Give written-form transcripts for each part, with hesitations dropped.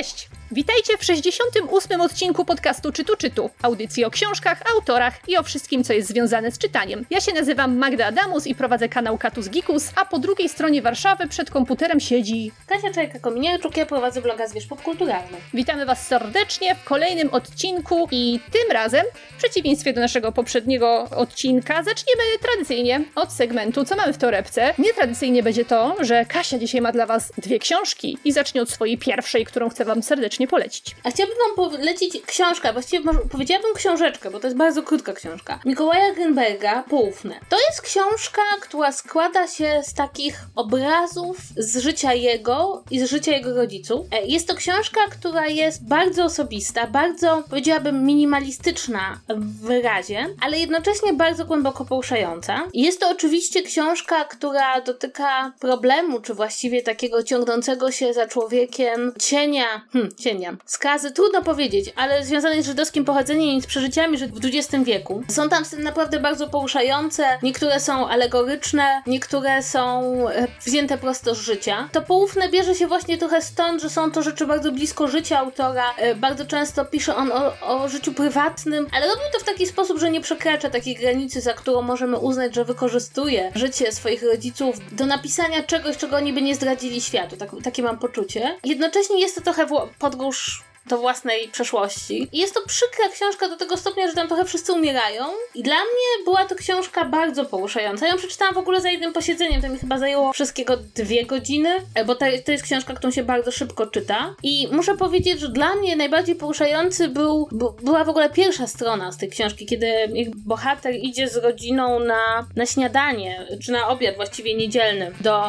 Cześć! Witajcie w 68. odcinku podcastu Czytu, audycji o książkach, autorach i o wszystkim, co jest związane z czytaniem. Ja się nazywam Magda Adamus i prowadzę kanał Katus Gikus, a po drugiej stronie Warszawy przed komputerem siedzi Kasia Czajka-Kominiarczuk, ja prowadzę bloga Zwierz Popkulturalny. Witamy Was serdecznie w kolejnym odcinku i tym razem, w przeciwieństwie do naszego poprzedniego odcinka, zaczniemy tradycyjnie od segmentu Co mamy w torebce. Nietradycyjnie będzie to, że Kasia dzisiaj ma dla Was 2 książki i zacznie od swojej pierwszej, którą chcę Wam serdecznie polecić. A chciałabym Wam polecić książkę, właściwie powiedziałabym książeczkę, bo to jest bardzo krótka książka. Mikołaja Grünberga, Poufne. To jest książka, która składa się z takich obrazów z życia jego i z życia jego rodziców. Jest to książka, która jest bardzo osobista, bardzo, powiedziałabym, minimalistyczna w wyrazie, ale jednocześnie bardzo głęboko poruszająca. Jest to oczywiście książka, która dotyka problemu, czy właściwie takiego ciągnącego się za człowiekiem cienia, skazy, trudno powiedzieć, ale związanej z żydowskim pochodzeniem i z przeżyciami w XX wieku. Są tam sceny naprawdę bardzo poruszające, niektóre są alegoryczne, niektóre są wzięte prosto z życia. To Poufne bierze się właśnie trochę stąd, że są to rzeczy bardzo blisko życia autora, bardzo często pisze on o życiu prywatnym, ale robi to w taki sposób, że nie przekracza takiej granicy, za którą możemy uznać, że wykorzystuje życie swoich rodziców do napisania czegoś, czego oni by nie zdradzili światu. Takie mam poczucie. Jednocześnie jest to trochę podróż do własnej przeszłości. I jest to przykra książka do tego stopnia, że tam trochę wszyscy umierają. I dla mnie była to książka bardzo poruszająca. Ja ją przeczytałam w ogóle za jednym posiedzeniem. To mi chyba zajęło wszystkiego 2 godziny, bo to jest książka, którą się bardzo szybko czyta. I muszę powiedzieć, że dla mnie najbardziej poruszający była w ogóle pierwsza strona z tej książki, kiedy bohater idzie z rodziną na śniadanie, czy na obiad właściwie niedzielny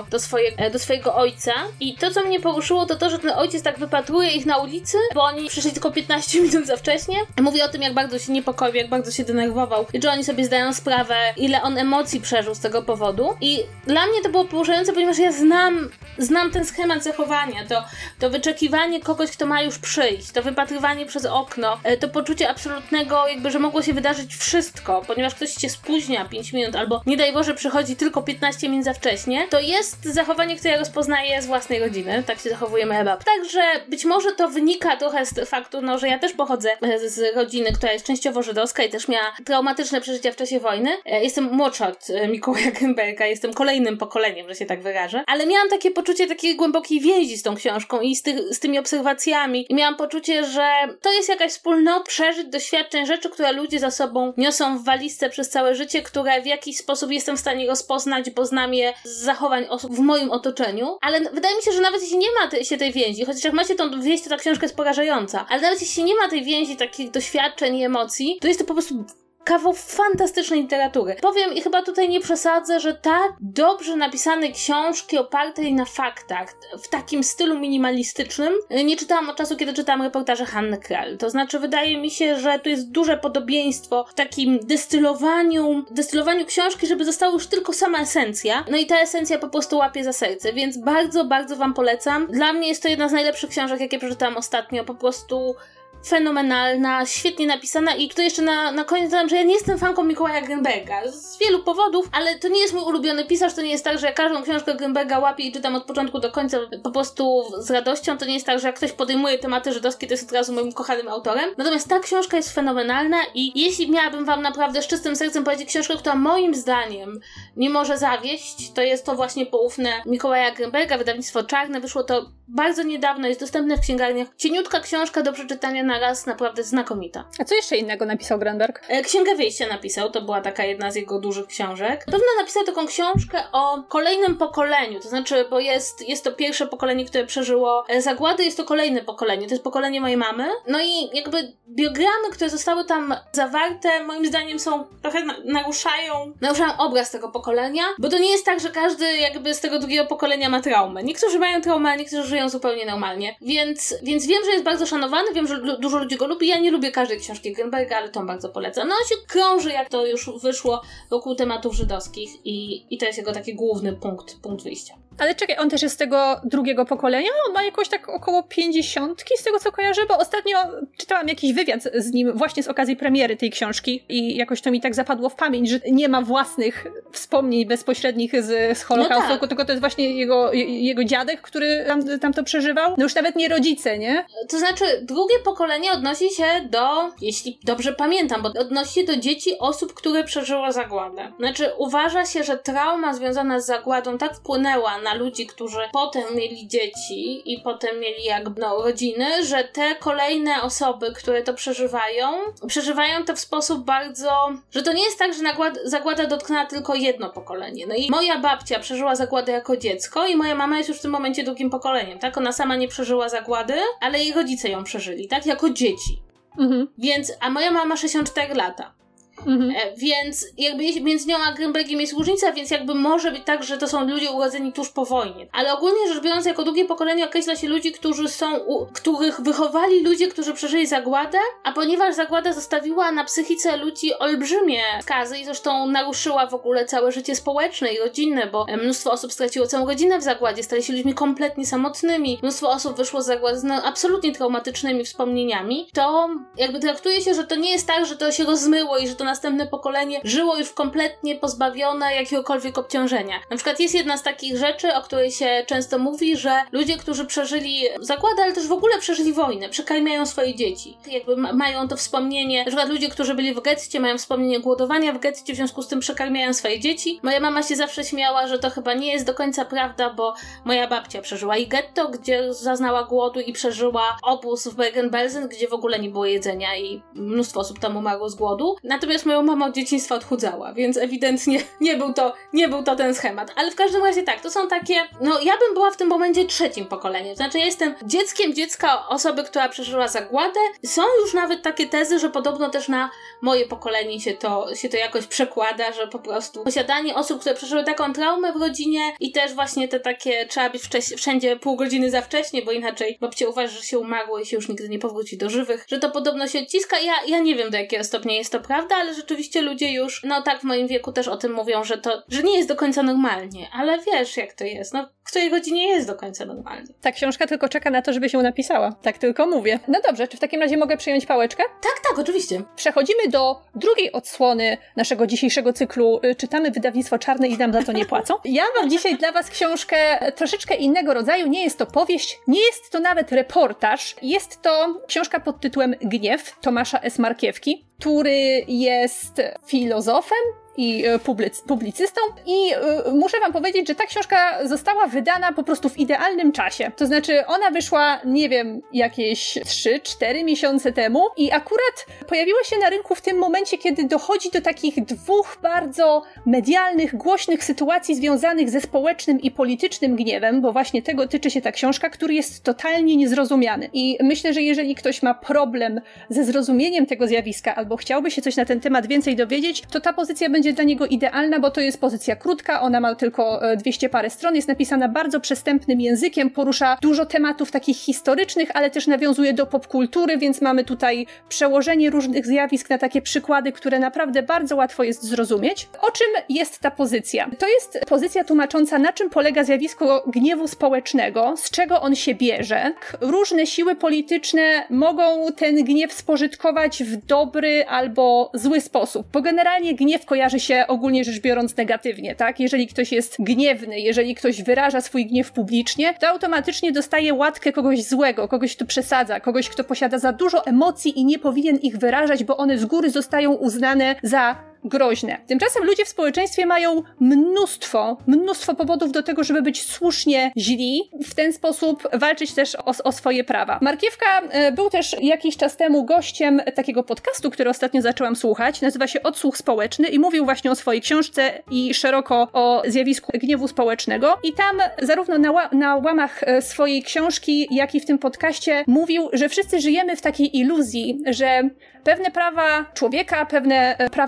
do swojego ojca. I to, co mnie poruszyło, to to, że ten ojciec tak wypatruje ich na ulicy, bo oni przyszli tylko 15 minut za wcześnie. Mówi o tym, jak bardzo się niepokoił, jak bardzo się denerwował i że oni sobie zdają sprawę, ile on emocji przeżył z tego powodu. I dla mnie to było poruszające, ponieważ ja znam ten schemat zachowania, to wyczekiwanie kogoś, kto ma już przyjść, to wypatrywanie przez okno, to poczucie absolutnego, że mogło się wydarzyć wszystko, ponieważ ktoś się spóźnia 5 minut albo nie daj Boże przychodzi tylko 15 minut za wcześnie, to jest zachowanie, które ja rozpoznaję z własnej rodziny. Tak się zachowuje moja babcia. Także być może to wynika trochę z faktu, że ja też pochodzę z rodziny, która jest częściowo żydowska i też miała traumatyczne przeżycia w czasie wojny. Jestem młodsza od Mikołaja Grünberga, jestem kolejnym pokoleniem, że się tak wyrażę, ale miałam takie poczucie takiej głębokiej więzi z tą książką i z tymi obserwacjami i miałam poczucie, że to jest jakaś wspólnota przeżyć, doświadczeń, rzeczy, które ludzie za sobą niosą w walizce przez całe życie, które w jakiś sposób jestem w stanie rozpoznać, bo znam je z zachowań osób w moim otoczeniu, ale wydaje mi się, że nawet jeśli nie ma tej więzi, chociaż jak macie tą więź, to ta książka jest porażająca, ale nawet jeśli nie ma tej więzi, takich doświadczeń i emocji, to jest to po prostu kawał fantastycznej literatury. Powiem i chyba tutaj nie przesadzę, że tak dobrze napisane książki opartej na faktach, w takim stylu minimalistycznym, nie czytałam od czasu, kiedy czytałam reportaże Hanny Krall. To znaczy, wydaje mi się, że tu jest duże podobieństwo w takim destylowaniu książki, żeby została już tylko sama esencja. No i ta esencja po prostu łapie za serce, więc bardzo, bardzo Wam polecam. Dla mnie jest to jedna z najlepszych książek, jakie przeczytałam ostatnio. Po prostu fenomenalna, świetnie napisana i tutaj jeszcze na koniec dodam, że ja nie jestem fanką Mikołaja Grünberga z wielu powodów, ale to nie jest mój ulubiony pisarz, to nie jest tak, że ja każdą książkę Grünberga łapię i czytam od początku do końca po prostu z radością, to nie jest tak, że jak ktoś podejmuje tematy żydowskie, to jest od razu moim kochanym autorem. Natomiast ta książka jest fenomenalna i jeśli miałabym Wam naprawdę z czystym sercem powiedzieć książkę, która moim zdaniem nie może zawieść, to jest to właśnie Poufne Mikołaja Grünberga, wydawnictwo Czarne, wyszło to bardzo niedawno, jest dostępne w księgarniach. Cieniutka książka do przeczytania na raz, naprawdę znakomita. A co jeszcze innego napisał Grünberg? Księgę Wyjścia napisał, to była taka jedna z jego dużych książek. Pewno napisał taką książkę o kolejnym pokoleniu, to znaczy, bo jest to pierwsze pokolenie, które przeżyło zagładę, jest to kolejne pokolenie, to jest pokolenie mojej mamy. No i biogramy, które zostały tam zawarte, moim zdaniem trochę naruszają obraz tego pokolenia, bo to nie jest tak, że każdy z tego drugiego pokolenia ma traumę. Niektórzy mają traumę, a niektórzy żyją zupełnie normalnie. Więc wiem, że jest bardzo szanowany, wiem, że dużo ludzi go lubi. Ja nie lubię każdej książki Grünberga, ale tą bardzo polecam. No on się krąży, jak to już wyszło, wokół tematów żydowskich i to jest jego taki główny punkt wyjścia. Ale czekaj, on też jest z tego drugiego pokolenia? On ma jakoś tak około 50 z tego, co kojarzę, bo ostatnio czytałam jakiś wywiad z nim właśnie z okazji premiery tej książki i jakoś to mi tak zapadło w pamięć, że nie ma własnych wspomnień bezpośrednich z Holokaustu, no tak. Tylko to jest właśnie jego dziadek, który tam to przeżywał. No już nawet nie rodzice, nie? To znaczy, drugie pokolenie odnosi się do, jeśli dobrze pamiętam, bo odnosi się do dzieci osób, które przeżyły zagładę. Znaczy, uważa się, że trauma związana z zagładą tak wpłynęła na ludzi, którzy potem mieli dzieci i potem mieli jakby rodziny, że te kolejne osoby, które to przeżywają to w sposób bardzo... że to nie jest tak, że zagłada dotknęła tylko jedno pokolenie. No i moja babcia przeżyła zagładę jako dziecko i moja mama jest już w tym momencie drugim pokoleniem, tak? Ona sama nie przeżyła zagłady, ale jej rodzice ją przeżyli, tak? Jako dzieci. Więc, a moja mama ma 64 lata. Więc jakby między nią a Grimbergiem jest różnica, więc jakby może być tak, że to są ludzie urodzeni tuż po wojnie. Ale ogólnie rzecz biorąc, jako drugie pokolenie określa się ludzi, których wychowali ludzie, którzy przeżyli zagładę, a ponieważ zagłada zostawiła na psychice ludzi olbrzymie skazy i zresztą naruszyła w ogóle całe życie społeczne i rodzinne, bo mnóstwo osób straciło całą rodzinę w zagładzie, stali się ludźmi kompletnie samotnymi, mnóstwo osób wyszło z zagłady z absolutnie traumatycznymi wspomnieniami, to jakby traktuje się, że to nie jest tak, że to się rozmyło i że to następne pokolenie żyło już kompletnie pozbawione jakiegokolwiek obciążenia. Na przykład jest jedna z takich rzeczy, o której się często mówi, że ludzie, którzy przeżyli zagładę, ale też w ogóle przeżyli wojnę, przekarmiają swoje dzieci. Jakby mają to wspomnienie, na przykład ludzie, którzy byli w getcie, mają wspomnienie głodowania w getcie, w związku z tym przekarmiają swoje dzieci. Moja mama się zawsze śmiała, że to chyba nie jest do końca prawda, bo moja babcia przeżyła i getto, gdzie zaznała głodu i przeżyła obóz w Bergen-Belsen, gdzie w ogóle nie było jedzenia i mnóstwo osób tam umarło z głodu. Natomiast moją mama od dzieciństwa odchudzała, więc ewidentnie nie był to ten schemat. Ale w każdym razie tak, to są takie, no ja bym była w tym momencie trzecim pokoleniem. Znaczy ja jestem dzieckiem dziecka osoby, która przeżyła zagładę. Są już nawet takie tezy, że podobno też na moje pokolenie się to jakoś przekłada, że po prostu posiadanie osób, które przeżyły taką traumę w rodzinie i też właśnie te takie, trzeba być wszędzie pół godziny za wcześnie, bo inaczej babcia uważa, że się umarło i się już nigdy nie powróci do żywych, że to podobno się odciska. Ja nie wiem, do jakiego stopnia jest to prawda, ale rzeczywiście ludzie już, no tak w moim wieku też o tym mówią, że nie jest do końca normalnie, ale wiesz jak to jest, no w której godzinie jest do końca normalnie. Ta książka tylko czeka na to, żeby się napisała. Tak tylko mówię. No dobrze, czy w takim razie mogę przejąć pałeczkę? Tak, oczywiście. Przechodzimy do drugiej odsłony naszego dzisiejszego cyklu. Czytamy wydawnictwo Czarne i nam za to nie płacą. Ja mam dzisiaj dla was książkę troszeczkę innego rodzaju. Nie jest to powieść, nie jest to nawet reportaż. Jest to książka pod tytułem Gniew Tomasza S. Markiewki, który jest filozofem i publicystą i muszę wam powiedzieć, że ta książka została wydana po prostu w idealnym czasie. To znaczy ona wyszła, nie wiem, jakieś 3-4 miesiące temu i akurat pojawiła się na rynku w tym momencie, kiedy dochodzi do takich dwóch bardzo medialnych, głośnych sytuacji związanych ze społecznym i politycznym gniewem, bo właśnie tego tyczy się ta książka, który jest totalnie niezrozumiany. I myślę, że jeżeli ktoś ma problem ze zrozumieniem tego zjawiska albo chciałby się coś na ten temat więcej dowiedzieć, to ta pozycja będzie dla niego idealna, bo to jest pozycja krótka, ona ma tylko 200 parę stron, jest napisana bardzo przystępnym językiem, porusza dużo tematów takich historycznych, ale też nawiązuje do popkultury, więc mamy tutaj przełożenie różnych zjawisk na takie przykłady, które naprawdę bardzo łatwo jest zrozumieć. O czym jest ta pozycja? To jest pozycja tłumacząca, na czym polega zjawisko gniewu społecznego, z czego on się bierze. Różne siły polityczne mogą ten gniew spożytkować w dobry albo zły sposób, bo generalnie gniew kojarzy się ogólnie rzecz biorąc negatywnie, tak? Jeżeli ktoś jest gniewny, jeżeli ktoś wyraża swój gniew publicznie, to automatycznie dostaje łatkę kogoś złego, kogoś, kto przesadza, kogoś, kto posiada za dużo emocji i nie powinien ich wyrażać, bo one z góry zostają uznane za groźne. Tymczasem ludzie w społeczeństwie mają mnóstwo powodów do tego, żeby być słusznie źli, w ten sposób walczyć też o swoje prawa. Markiewka był też jakiś czas temu gościem takiego podcastu, który ostatnio zaczęłam słuchać, nazywa się Odsłuch Społeczny i mówił właśnie o swojej książce i szeroko o zjawisku gniewu społecznego i tam zarówno na łamach swojej książki, jak i w tym podcaście mówił, że wszyscy żyjemy w takiej iluzji, że pewne prawa człowieka, pewne prawa obywateli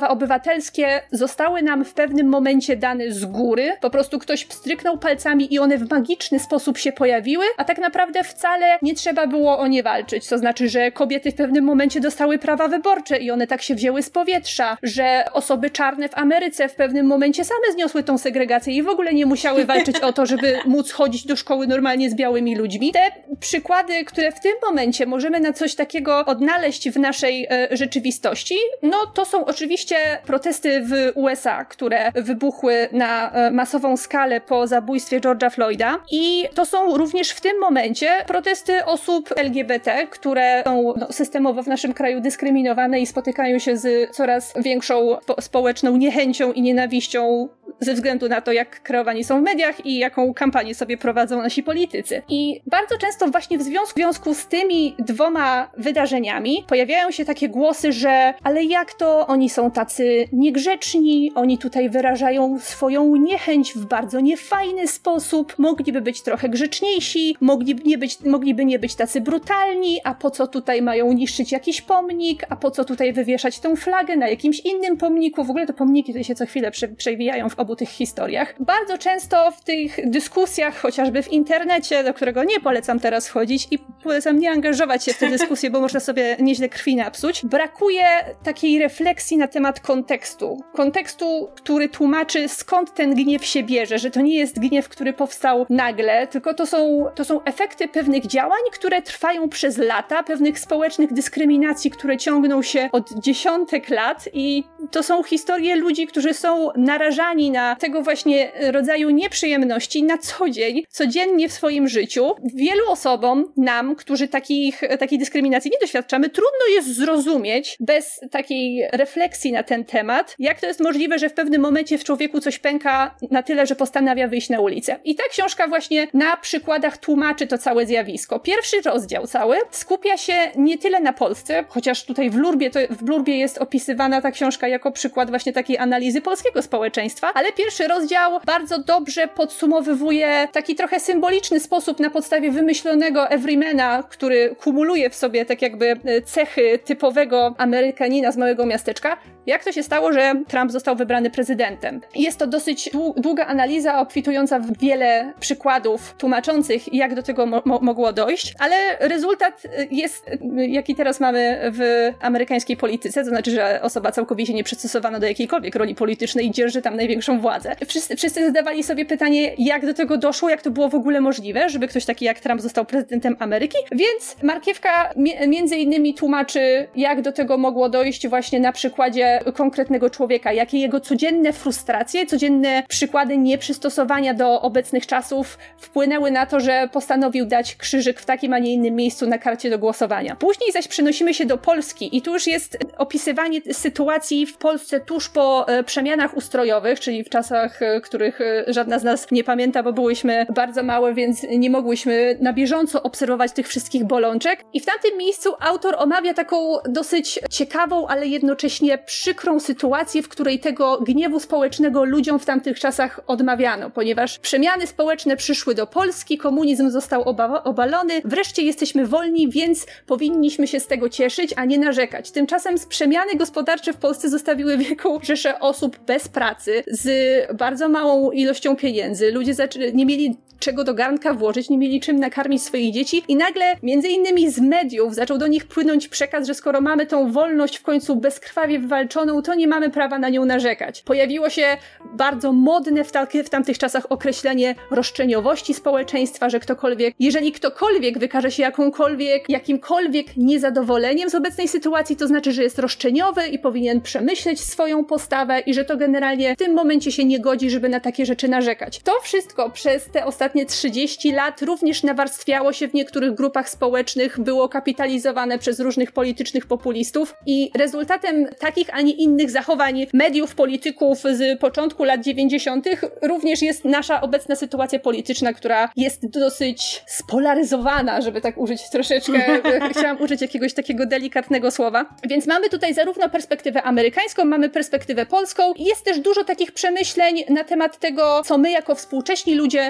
obywatelskie zostały nam w pewnym momencie dane z góry, po prostu ktoś pstryknął palcami i one w magiczny sposób się pojawiły, a tak naprawdę wcale nie trzeba było o nie walczyć. To znaczy, że kobiety w pewnym momencie dostały prawa wyborcze i one tak się wzięły z powietrza, że osoby czarne w Ameryce w pewnym momencie same zniosły tą segregację i w ogóle nie musiały walczyć o to, żeby móc chodzić do szkoły normalnie z białymi ludźmi. Te przykłady, które w tym momencie możemy na coś takiego odnaleźć w naszej rzeczywistości, no to są oczywiście protesty w USA, które wybuchły na masową skalę po zabójstwie George'a Floyda i to są również w tym momencie protesty osób LGBT, które są systemowo w naszym kraju dyskryminowane i spotykają się z coraz większą społeczną niechęcią i nienawiścią ze względu na to, jak kreowani są w mediach i jaką kampanię sobie prowadzą nasi politycy. I bardzo często właśnie w związku z tymi dwoma wydarzeniami pojawiają się takie głosy, że ale jak to oni są tacy niegrzeczni, oni tutaj wyrażają swoją niechęć w bardzo niefajny sposób, mogliby być trochę grzeczniejsi, mogliby nie być tacy brutalni, a po co tutaj mają niszczyć jakiś pomnik, a po co tutaj wywieszać tę flagę na jakimś innym pomniku. W ogóle to pomniki tutaj się co chwilę przewijają w obu tych historiach. Bardzo często w tych dyskusjach, chociażby w internecie, do którego nie polecam teraz wchodzić i polecam nie angażować się w te dyskusje, bo można sobie nieźle krwi napsuć, brakuje takiej refleksji na temat kontekstu. Kontekstu, który tłumaczy, skąd ten gniew się bierze, że to nie jest gniew, który powstał nagle, tylko to są efekty pewnych działań, które trwają przez lata, pewnych społecznych dyskryminacji, które ciągną się od dziesiątek lat i to są historie ludzi, którzy są narażani na tego właśnie rodzaju nieprzyjemności na co dzień, codziennie w swoim życiu. Wielu osobom, nam, którzy takiej dyskryminacji nie doświadczamy, trudno jest zrozumieć bez takiej refleksji na ten temat, jak to jest możliwe, że w pewnym momencie w człowieku coś pęka na tyle, że postanawia wyjść na ulicę. I ta książka właśnie na przykładach tłumaczy to całe zjawisko. Pierwszy rozdział cały skupia się nie tyle na Polsce, chociaż tutaj w Blurbie jest opisywana ta książka jako przykład właśnie takiej analizy polskiego społeczeństwa, ale pierwszy rozdział bardzo dobrze podsumowywuje taki trochę symboliczny sposób na podstawie wymyślonego everymana, który kumuluje w sobie tak jakby cechy typowego Amerykanina z małego miasteczka, jak to się stało, że Trump został wybrany prezydentem. Jest to dosyć długa analiza, obfitująca w wiele przykładów tłumaczących, jak do tego mogło dojść, ale rezultat jest, jaki teraz mamy w amerykańskiej polityce, to znaczy, że osoba całkowicie nieprzystosowana do jakiejkolwiek roli politycznej dzierży tam największą władzę. Wszyscy zadawali sobie pytanie, jak do tego doszło, jak to było w ogóle możliwe, żeby ktoś taki jak Trump został prezydentem Ameryki, więc Markiewka między innymi tłumaczy, jak do tego mogło dojść właśnie na przykładzie konkretnego człowieka, jakie jego codzienne frustracje, codzienne przykłady nieprzystosowania do obecnych czasów wpłynęły na to, że postanowił dać krzyżyk w takim, a nie innym miejscu na karcie do głosowania. Później zaś przenosimy się do Polski i tu już jest opisywanie sytuacji w Polsce tuż po przemianach ustrojowych, czyli w czasach, których żadna z nas nie pamięta, bo byłyśmy bardzo małe, więc nie mogłyśmy na bieżąco obserwować tych wszystkich bolączek. I w tamtym miejscu autor omawia taką dosyć ciekawą, ale jednocześnie przykrą sytuację, w której tego gniewu społecznego ludziom w tamtych czasach odmawiano, ponieważ przemiany społeczne przyszły do Polski, komunizm został obalony, wreszcie jesteśmy wolni, więc powinniśmy się z tego cieszyć, a nie narzekać. Tymczasem przemiany gospodarcze w Polsce zostawiły wielką rzeszę osób bez pracy, z bardzo małą ilością pieniędzy. Ludzie nie mieli czego do garnka włożyć, nie mieli czym nakarmić swoich dzieci i nagle między innymi z mediów zaczął do nich płynąć przekaz, że skoro mamy tą wolność w końcu bezkrwawie wywalczoną, to nie mamy prawa na nią narzekać. Pojawiło się bardzo modne w tamtych czasach określenie roszczeniowości społeczeństwa, że jeżeli ktokolwiek wykaże się jakimkolwiek niezadowoleniem z obecnej sytuacji, to znaczy, że jest roszczeniowy i powinien przemyśleć swoją postawę i że to generalnie w tym momencie się nie godzi, żeby na takie rzeczy narzekać. To wszystko przez te ostatnie 30 lat również nawarstwiało się w niektórych grupach społecznych, było kapitalizowane przez różnych politycznych populistów i rezultatem takich, a nie innych zachowań mediów, polityków z początku lat 90. również jest nasza obecna sytuacja polityczna, która jest dosyć spolaryzowana, żeby tak użyć troszeczkę, chciałam użyć jakiegoś takiego delikatnego słowa. Więc mamy tutaj zarówno perspektywę amerykańską, mamy perspektywę polską i jest też dużo takich przemyśleń na temat tego, co my jako współcześni ludzie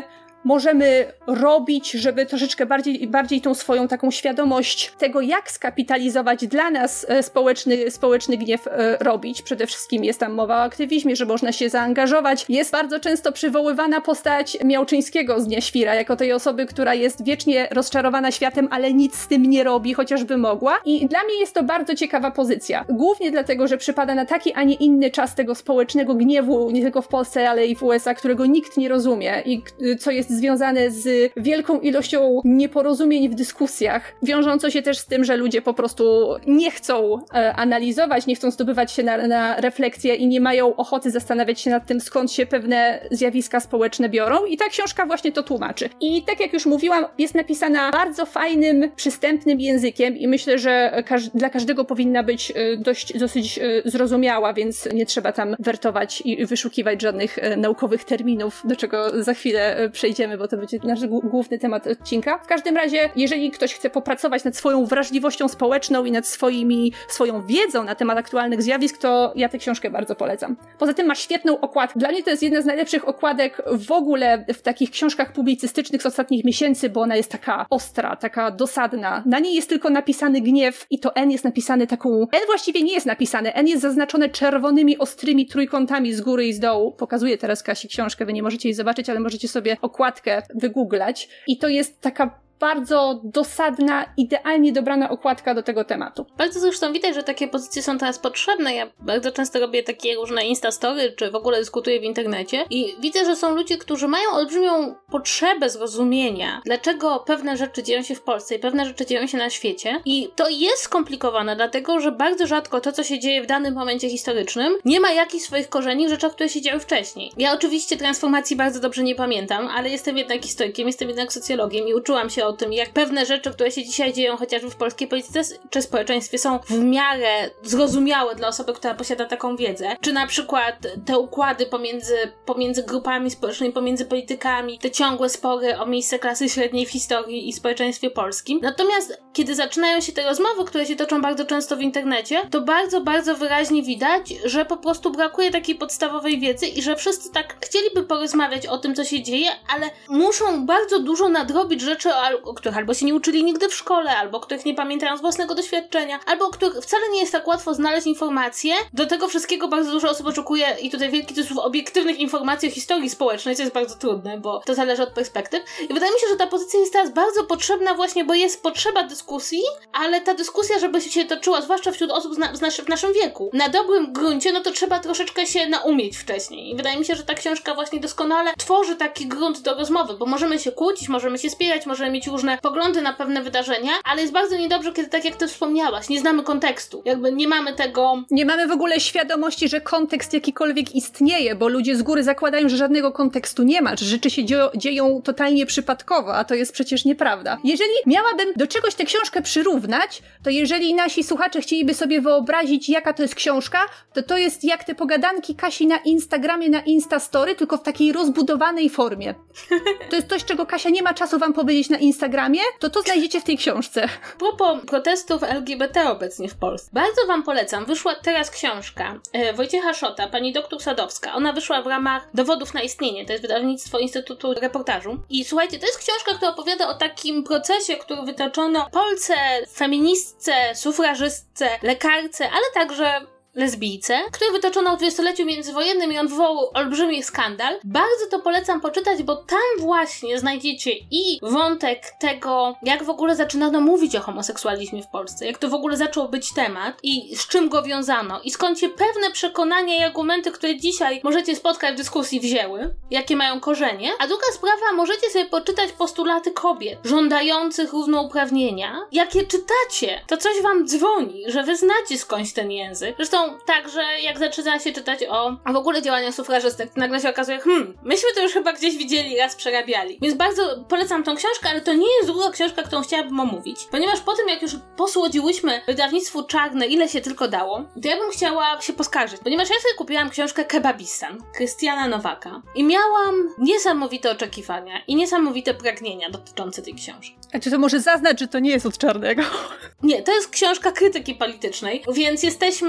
możemy robić, żeby troszeczkę bardziej tą swoją taką świadomość tego, jak skapitalizować dla nas społeczny gniew robić. Przede wszystkim jest tam mowa o aktywizmie, że można się zaangażować. Jest bardzo często przywoływana postać Miałczyńskiego z Dnia Świra, jako tej osoby, która jest wiecznie rozczarowana światem, ale nic z tym nie robi, chociażby mogła. I dla mnie jest to bardzo ciekawa pozycja. Głównie dlatego, że przypada na taki, a nie inny czas tego społecznego gniewu, nie tylko w Polsce, ale i w USA, którego nikt nie rozumie i co jest związane z wielką ilością nieporozumień w dyskusjach, wiążąco się też z tym, że ludzie po prostu nie chcą analizować, nie chcą zdobywać się na refleksję i nie mają ochoty zastanawiać się nad tym, skąd się pewne zjawiska społeczne biorą. I ta książka właśnie to tłumaczy. I tak jak już mówiłam, jest napisana bardzo fajnym, przystępnym językiem i myślę, że dla każdego powinna być dosyć zrozumiała, więc nie trzeba tam wertować i wyszukiwać żadnych naukowych terminów, do czego za chwilę przejdziemy, bo to będzie nasz główny temat odcinka. W każdym razie, jeżeli ktoś chce popracować nad swoją wrażliwością społeczną i nad swoją wiedzą na temat aktualnych zjawisk, to ja tę książkę bardzo polecam. Poza tym ma świetną okładkę. Dla mnie to jest jedna z najlepszych okładek w ogóle w takich książkach publicystycznych z ostatnich miesięcy, bo ona jest taka ostra, taka dosadna. Na niej jest tylko napisany gniew i to N jest napisane taką... N właściwie nie jest napisane. N jest zaznaczone czerwonymi, ostrymi trójkątami z góry i z dołu. Pokazuję teraz Kasi książkę, wy nie możecie jej zobaczyć, ale możecie sobie okładkę wygooglać. I to jest taka bardzo dosadna, idealnie dobrana okładka do tego tematu. Bardzo zresztą widać, że takie pozycje są teraz potrzebne. Ja bardzo często robię takie różne instastory, czy w ogóle dyskutuję w internecie i widzę, że są ludzie, którzy mają olbrzymią potrzebę zrozumienia, dlaczego pewne rzeczy dzieją się w Polsce i pewne rzeczy dzieją się na świecie. I to jest skomplikowane, dlatego, że bardzo rzadko to, co się dzieje w danym momencie historycznym, nie ma jakichś swoich korzeni w rzeczach, które się działy wcześniej. Ja oczywiście transformacji bardzo dobrze nie pamiętam, ale jestem jednak historykiem, jestem jednak socjologiem i uczyłam się o tym, jak pewne rzeczy, które się dzisiaj dzieją chociażby w polskiej polityce czy społeczeństwie, są w miarę zrozumiałe dla osoby, która posiada taką wiedzę. Czy na przykład te układy pomiędzy grupami społecznymi, pomiędzy politykami, te ciągłe spory o miejsce klasy średniej w historii i społeczeństwie polskim. Natomiast kiedy zaczynają się te rozmowy, które się toczą bardzo często w internecie, to bardzo, bardzo wyraźnie widać, że po prostu brakuje takiej podstawowej wiedzy i że wszyscy tak chcieliby porozmawiać o tym, co się dzieje, ale muszą bardzo dużo nadrobić rzeczy, o których albo się nie uczyli nigdy w szkole, albo których nie pamiętają z własnego doświadczenia, albo o których wcale nie jest tak łatwo znaleźć informacje. Do tego wszystkiego bardzo dużo osób oczekuje, i tutaj wielki cudzysłów, obiektywnych informacji o historii społecznej, co jest bardzo trudne, bo to zależy od perspektyw. I wydaje mi się, że ta pozycja jest teraz bardzo potrzebna właśnie, bo jest potrzeba dyskusji, ale ta dyskusja, żeby się toczyła, zwłaszcza wśród osób w naszym wieku, na dobrym gruncie, no to trzeba troszeczkę się naumieć wcześniej. I wydaje mi się, że ta książka właśnie doskonale tworzy taki grunt do rozmowy, bo możemy się kłócić, możemy się spierać, możemy mieć różne poglądy na pewne wydarzenia, ale jest bardzo niedobrze, kiedy tak jak ty wspomniałaś, nie znamy kontekstu. Jakby nie mamy tego... Nie mamy w ogóle świadomości, że kontekst jakikolwiek istnieje, bo ludzie z góry zakładają, że żadnego kontekstu nie ma, że rzeczy się dzieją totalnie przypadkowo, a to jest przecież nieprawda. Jeżeli miałabym do czegoś tę książkę przyrównać, to jeżeli nasi słuchacze chcieliby sobie wyobrazić, jaka to jest książka, to jest jak te pogadanki Kasi na Instagramie, na Instastory, tylko w takiej rozbudowanej formie. To jest coś, czego Kasia nie ma czasu wam powiedzieć na Instagramie, to znajdziecie w tej książce. A propos protestów LGBT obecnie w Polsce. Bardzo wam polecam. Wyszła teraz książka Wojciecha Szota, pani doktor Sadowska. Ona wyszła w ramach Dowodów na istnienie. To jest wydawnictwo Instytutu Reportażu. I słuchajcie, to jest książka, która opowiada o takim procesie, który wytoczono Polce, feministce, sufrażystce, lekarce, ale także lesbijce, który wytoczono w dwudziestoleciu międzywojennym i on wywołał olbrzymi skandal. Bardzo to polecam poczytać, bo tam właśnie znajdziecie i wątek tego, jak w ogóle zaczynano mówić o homoseksualizmie w Polsce, jak to w ogóle zaczął być temat i z czym go wiązano i skąd się pewne przekonania i argumenty, które dzisiaj możecie spotkać w dyskusji, wzięły, jakie mają korzenie. A druga sprawa, możecie sobie poczytać postulaty kobiet żądających równouprawnienia. Jak je czytacie, to coś wam dzwoni, że wy znacie skądś ten język. Zresztą także jak zaczyna się czytać o w ogóle działaniach sufrażystek, to nagle się okazuje, myśmy to już chyba gdzieś widzieli, raz przerabiali. Więc bardzo polecam tą książkę, ale to nie jest druga książka, którą chciałabym omówić, ponieważ po tym, jak już posłodziłyśmy wydawnictwu Czarne, ile się tylko dało, to ja bym chciała się poskarżyć, ponieważ ja sobie kupiłam książkę Kebabistan Krystiana Nowaka i miałam niesamowite oczekiwania i niesamowite pragnienia dotyczące tej książki. A czy to może zaznacz, że to nie jest od Czarnego? Nie, to jest książka krytyki politycznej, więc jesteśmy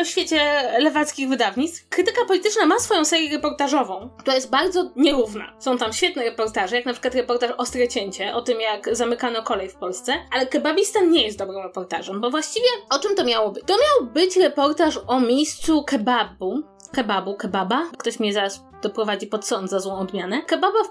w świecie lewackich wydawnictw. Krytyka polityczna ma swoją serię reportażową, która jest bardzo nierówna. Są tam świetne reportaże, jak na przykład reportaż Ostre Cięcie, o tym jak zamykano kolej w Polsce, ale Kebabistan nie jest dobrym reportażem, bo właściwie o czym to miało być? To miał być reportaż o miejscu kebaba. Ktoś mnie zaraz doprowadzi pod sąd za złą odmianę. Kebaba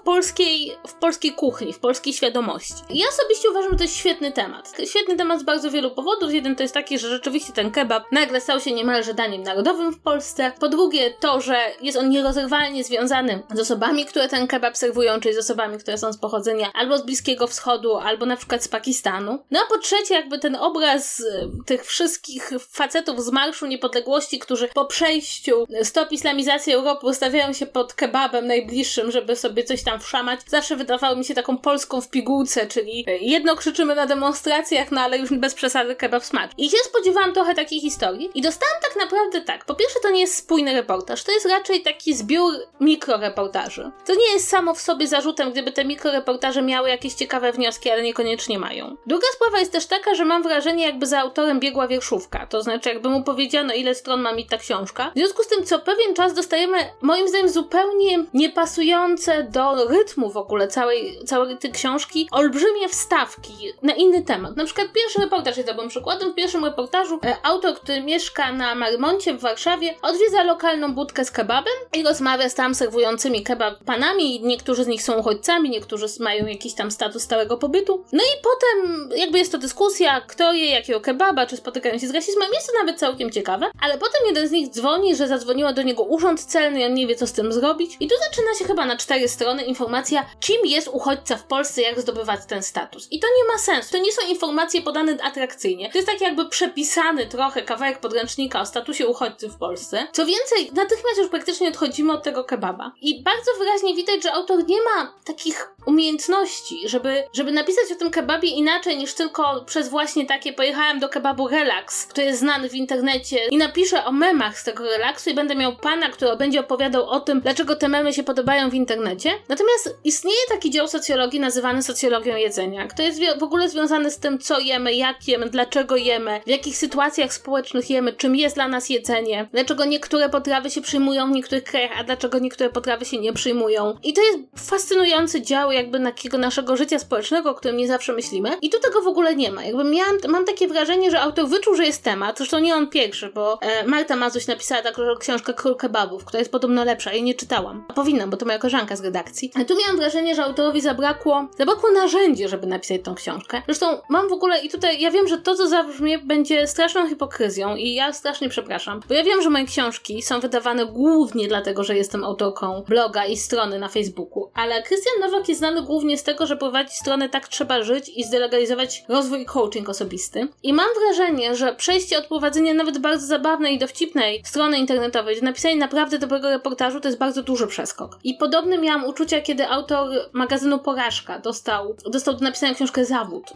w polskiej kuchni, w polskiej świadomości. Ja osobiście uważam, że to jest świetny temat. Świetny temat z bardzo wielu powodów. Jeden to jest taki, że rzeczywiście ten kebab nagle stał się niemalże daniem narodowym w Polsce. Po drugie to, że jest on nierozerwalnie związany z osobami, które ten kebab serwują, czyli z osobami, które są z pochodzenia albo z Bliskiego Wschodu, albo na przykład z Pakistanu. No a po trzecie jakby ten obraz tych wszystkich facetów z Marszu Niepodległości, którzy po przejściu stop islamizacji Europy ustawiają się pod kebabem najbliższym, żeby sobie coś tam wszamać, zawsze wydawało mi się taką Polską w pigułce, czyli jedno krzyczymy na demonstracjach, no ale już bez przesady kebab smaczy. I się spodziewałam trochę takiej historii i dostałam tak naprawdę tak. Po pierwsze, to nie jest spójny reportaż, to jest raczej taki zbiór mikroreportaży. To nie jest samo w sobie zarzutem, gdyby te mikroreportaże miały jakieś ciekawe wnioski, ale niekoniecznie mają. Druga sprawa jest też taka, że mam wrażenie, jakby za autorem biegła wierszówka, to znaczy jakby mu powiedziano, ile stron ma mieć ta książka. W związku z tym, co pewien czas dostajemy, moim zdaniem, zupełnie niepasujące do rytmu w ogóle całej tej książki olbrzymie wstawki na inny temat. Na przykład pierwszy reportaż jest dobrym przykładem. W pierwszym reportażu autor, który mieszka na Marmoncie w Warszawie, odwiedza lokalną budkę z kebabem i rozmawia z tam serwującymi kebab panami. Niektórzy z nich są uchodźcami, niektórzy mają jakiś tam status stałego pobytu. No i potem jakby jest to dyskusja, kto je jakiego kebaba, czy spotykają się z rasizmem. Jest to nawet całkiem ciekawe, ale potem jeden z nich dzwoni, że zadzwoniła do niego urząd celny i on nie wie, co z tym zrobić. I tu zaczyna się chyba na 4 strony informacja, kim jest uchodźca w Polsce, jak zdobywać ten status. I to nie ma sensu. To nie są informacje podane atrakcyjnie. To jest tak jakby przepisany trochę kawałek podręcznika o statusie uchodźcy w Polsce. Co więcej, natychmiast już praktycznie odchodzimy od tego kebaba. I bardzo wyraźnie widać, że autor nie ma takich umiejętności, żeby napisać o tym kebabie inaczej niż tylko przez właśnie takie pojechałem do kebabu Relax, który jest znany w internecie i napiszę o memach z tego relaksu i będę miał pana, który będzie opowiadał o tym, dlaczego te memy się podobają w internecie. Natomiast istnieje taki dział socjologii nazywany socjologią jedzenia, który jest w ogóle związany z tym, co jemy, jak jemy, dlaczego jemy, w jakich sytuacjach społecznych jemy, czym jest dla nas jedzenie, dlaczego niektóre potrawy się przyjmują w niektórych krajach, a dlaczego niektóre potrawy się nie przyjmują. I to jest fascynujący dział jakby takiego naszego życia społecznego, o którym nie zawsze myślimy. I tu tego w ogóle nie ma. Jakby mam takie wrażenie, że autor wyczuł, że jest temat, zresztą nie on pierwszy, bo Marta Mazuś napisała taką książkę Król Kebabów, która jest podobno lepsza, jej nie czytałam. Powinnam, bo to moja koleżanka z redakcji. Ale tu miałam wrażenie, że autorowi zabrakło narzędzi, żeby napisać tą książkę. Zresztą mam w ogóle i tutaj, ja wiem, że to, co zabrzmie, będzie straszną hipokryzją i ja strasznie przepraszam, bo ja wiem, że moje książki są wydawane głównie dlatego, że jestem autorką bloga i strony na Facebooku, ale Krystian Nowak jest znany głównie z tego, że prowadzi stronę Tak Trzeba Żyć i zdelegalizować rozwój i coaching osobisty. I mam wrażenie, że przejście od prowadzenia nawet bardzo zabawnej i dowcipnej strony internetowej do napisania naprawdę dobrego reportażu to jest bardzo duży przeskok. I podobne miałam uczucia, kiedy autor magazynu Porażka dostał do napisania książkę Zawód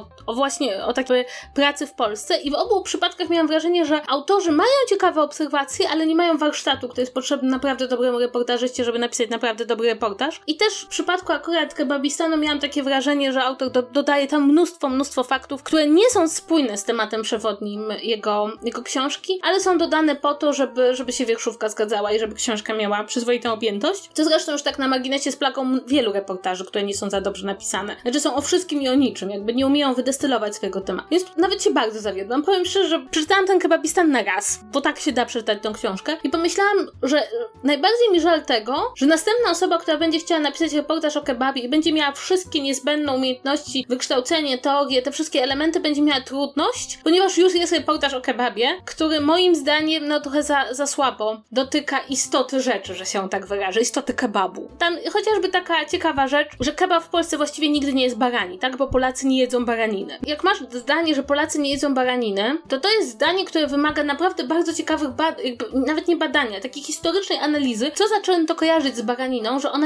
o takiej pracy w Polsce i w obu przypadkach miałam wrażenie, że autorzy mają ciekawe obserwacje, ale nie mają warsztatu, który jest potrzebny naprawdę dobremu reportażyście, żeby napisać naprawdę dobry reportaż. I też w przypadku akurat Kebabistanu miałam takie wrażenie, że autor dodaje tam mnóstwo faktów, które nie są spójne z tematem przewodnim jego książki, ale są dodane po to, żeby się wierszówka zgadzała i żeby książka miała przyzwoitą objętość. Co zresztą już tak na marginesie z plagą wielu reportaży, które nie są za dobrze napisane. Znaczy są o wszystkim i o niczym, jakby nie umieją wydestylować swojego tematu. Więc nawet się bardzo zawiodłam. Powiem szczerze, że przeczytałam ten Kebabistan na raz, bo tak się da przeczytać tą książkę i pomyślałam, że najbardziej mi żal tego, że następna osoba, która będzie chciała napisać reportaż o kebabie i będzie miała wszystkie niezbędne umiejętności, wykształcenie, teorię, te wszystkie elementy, będzie miała trudność, ponieważ już jest reportaż o kebabie, który moim zdaniem trochę za słabo dotyka istoty rzeczy, że się tak wyrażę, istoty kebabu. Tam chociażby taka ciekawa rzecz, że kebab w Polsce właściwie nigdy nie jest barani, tak? Bo Polacy nie jedzą baraniny. Jak masz zdanie, że Polacy nie jedzą baraniny, to jest zdanie, które wymaga naprawdę bardzo ciekawych nawet nie badania, takiej historycznej analizy, co zacząłem to kojarzyć z baraniną, że ona jakby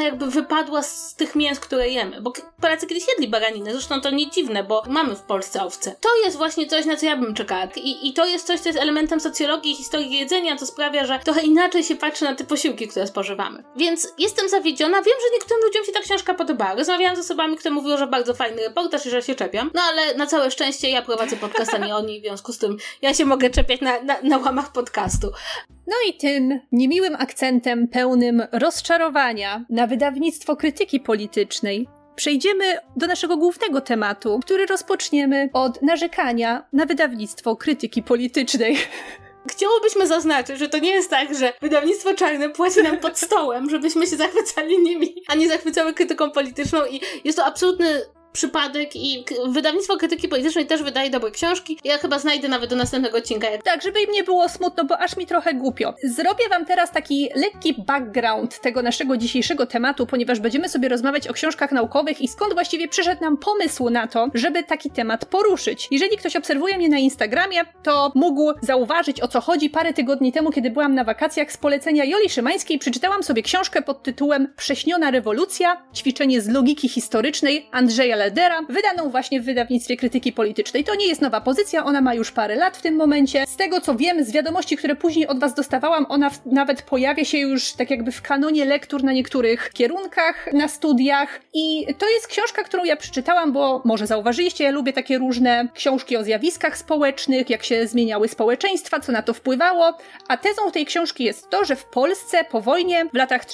wypadła z tych mięs, które jemy. Bo Polacy kiedyś jedli baraninę, zresztą to nie dziwne, bo mamy w Polsce owce. To jest właśnie coś, na co ja bym czekała. I to jest coś, co jest elementem socjologii i historii jedzenia, to sprawia, że trochę inaczej się patrzy na te posiłki, które spożywamy. Więc jestem zawiedziona. Wiem, że niektórym ludziom się ta książka podobała. Rozmawiałam z osobami, które mówiły, że bardzo fajny reportaż i że się czepiam. No ale na całe szczęście ja prowadzę podcast, a nie oni, w związku z tym ja się mogę czepiać na łamach podcastu. No i tym niemiłym akcentem pełnym rozczarowania na wydawnictwo krytyki politycznej przejdziemy do naszego głównego tematu, który rozpoczniemy od narzekania na wydawnictwo krytyki politycznej. Chciałobyśmy zaznaczyć, że to nie jest tak, że wydawnictwo czarne płaci nam pod stołem, żebyśmy się zachwycali nimi, a nie zachwycały krytyką polityczną i jest to absolutny przypadek i wydawnictwo krytyki politycznej też wydaje dobre książki. Ja chyba znajdę nawet do następnego odcinka. Tak, żeby im nie było smutno, bo aż mi trochę głupio. Zrobię wam teraz taki lekki background tego naszego dzisiejszego tematu, ponieważ będziemy sobie rozmawiać o książkach naukowych i skąd właściwie przyszedł nam pomysł na to, żeby taki temat poruszyć. Jeżeli ktoś obserwuje mnie na Instagramie, to mógł zauważyć, o co chodzi. Parę tygodni temu, kiedy byłam na wakacjach, z polecenia Joli Szymańskiej przeczytałam sobie książkę pod tytułem Prześniona rewolucja, ćwiczenie z logiki historycznej Andrzeja Ledera, wydaną właśnie w wydawnictwie krytyki politycznej. To nie jest nowa pozycja, ona ma już parę lat w tym momencie. Z tego co wiem, z wiadomości, które później od was dostawałam, ona nawet pojawia się już tak jakby w kanonie lektur na niektórych kierunkach, na studiach i to jest książka, którą ja przeczytałam, bo może zauważyliście, ja lubię takie różne książki o zjawiskach społecznych, jak się zmieniały społeczeństwa, co na to wpływało, a tezą tej książki jest to, że w Polsce po wojnie w latach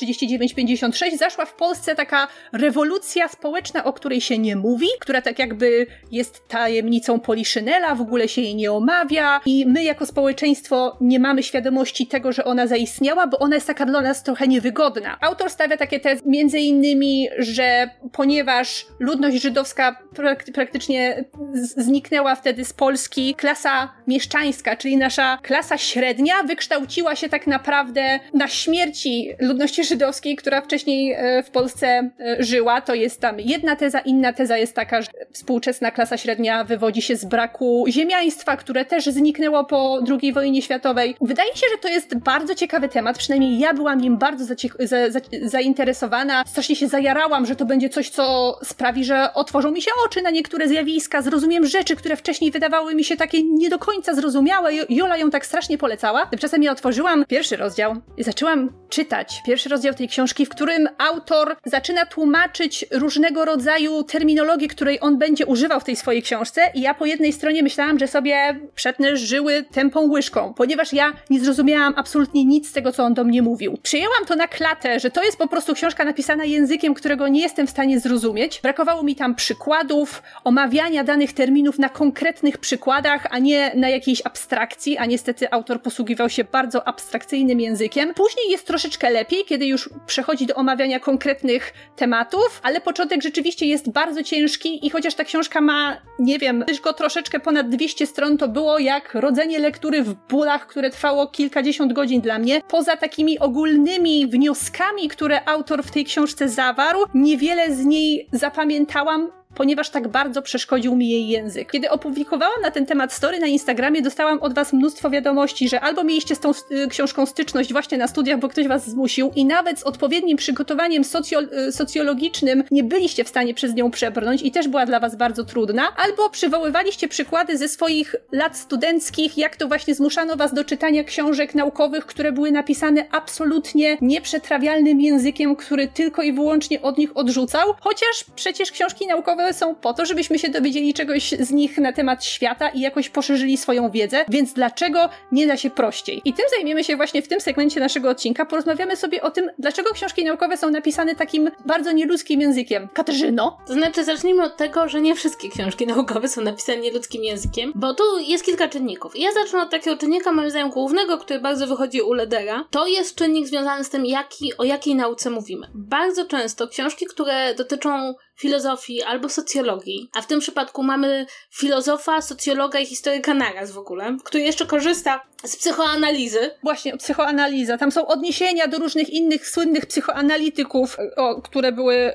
39-56 zaszła w Polsce taka rewolucja społeczna, o której się nie mówi, która tak jakby jest tajemnicą Poliszynela, w ogóle się jej nie omawia i my jako społeczeństwo nie mamy świadomości tego, że ona zaistniała, bo ona jest taka dla nas trochę niewygodna. Autor stawia takie tezy, między innymi, że ponieważ ludność żydowska praktycznie zniknęła wtedy z Polski, klasa mieszczańska, czyli nasza klasa średnia, wykształciła się tak naprawdę na śmierci ludności żydowskiej, która wcześniej w Polsce żyła. To jest tam jedna teza, inna teza jest taka, że współczesna klasa średnia wywodzi się z braku ziemiaństwa, które też zniknęło po II wojnie światowej. Wydaje się, że to jest bardzo ciekawy temat, przynajmniej ja byłam nim bardzo zainteresowana. Strasznie się zajarałam, że to będzie coś, co sprawi, że otworzą mi się oczy na niektóre zjawiska, zrozumiem rzeczy, które wcześniej wydawały mi się takie nie do końca zrozumiałe. Jola ją tak strasznie polecała. Tymczasem ja otworzyłam pierwszy rozdział i zaczęłam czytać pierwszy rozdział tej książki, w którym autor zaczyna tłumaczyć różnego rodzaju terminologię, której on będzie używał w tej swojej książce i ja po jednej stronie myślałam, że sobie przetnę żyły tępą łyżką, ponieważ ja nie zrozumiałam absolutnie nic z tego, co on do mnie mówił. Przyjęłam to na klatę, że to jest po prostu książka napisana językiem, którego nie jestem w stanie zrozumieć. Brakowało mi tam przykładów, omawiania danych terminów na konkretnych przykładach, a nie na jakiejś abstrakcji, a niestety autor posługiwał się bardzo abstrakcyjnym językiem. Później jest troszeczkę lepiej, kiedy już przechodzi do omawiania konkretnych tematów, ale początek rzeczywiście jest bardzo ciężki i chociaż ta książka ma, nie wiem, tylko troszeczkę ponad 200 stron, to było jak rodzenie lektury w bólach, które trwało kilkadziesiąt godzin dla mnie. Poza takimi ogólnymi wnioskami, które autor w tej książce zawarł, niewiele z niej zapamiętałam, ponieważ tak bardzo przeszkodził mi jej język. Kiedy opublikowałam na ten temat story na Instagramie, dostałam od was mnóstwo wiadomości, że albo mieliście z tą książką styczność właśnie na studiach, bo ktoś was zmusił i nawet z odpowiednim przygotowaniem socjologicznym nie byliście w stanie przez nią przebrnąć i też była dla was bardzo trudna, albo przywoływaliście przykłady ze swoich lat studenckich, jak to właśnie zmuszano was do czytania książek naukowych, które były napisane absolutnie nieprzetrawialnym językiem, który tylko i wyłącznie od nich odrzucał, chociaż przecież książki naukowe są po to, żebyśmy się dowiedzieli czegoś z nich na temat świata i jakoś poszerzyli swoją wiedzę, więc dlaczego nie da się prościej? I tym zajmiemy się właśnie w tym segmencie naszego odcinka. Porozmawiamy sobie o tym, dlaczego książki naukowe są napisane takim bardzo nieludzkim językiem. Katarzyno? To znaczy, zacznijmy od tego, że nie wszystkie książki naukowe są napisane nieludzkim językiem, bo tu jest kilka czynników. Ja zacznę od takiego czynnika, moim zdaniem głównego, który bardzo wychodzi u Ledera. To jest czynnik związany z tym, o jakiej nauce mówimy. Bardzo często książki, które dotyczą filozofii albo socjologii, a w tym przypadku mamy filozofa, socjologa i historyka naraz w ogóle, który jeszcze korzysta z psychoanalizy. Właśnie, psychoanaliza. Tam są odniesienia do różnych innych słynnych psychoanalityków, które były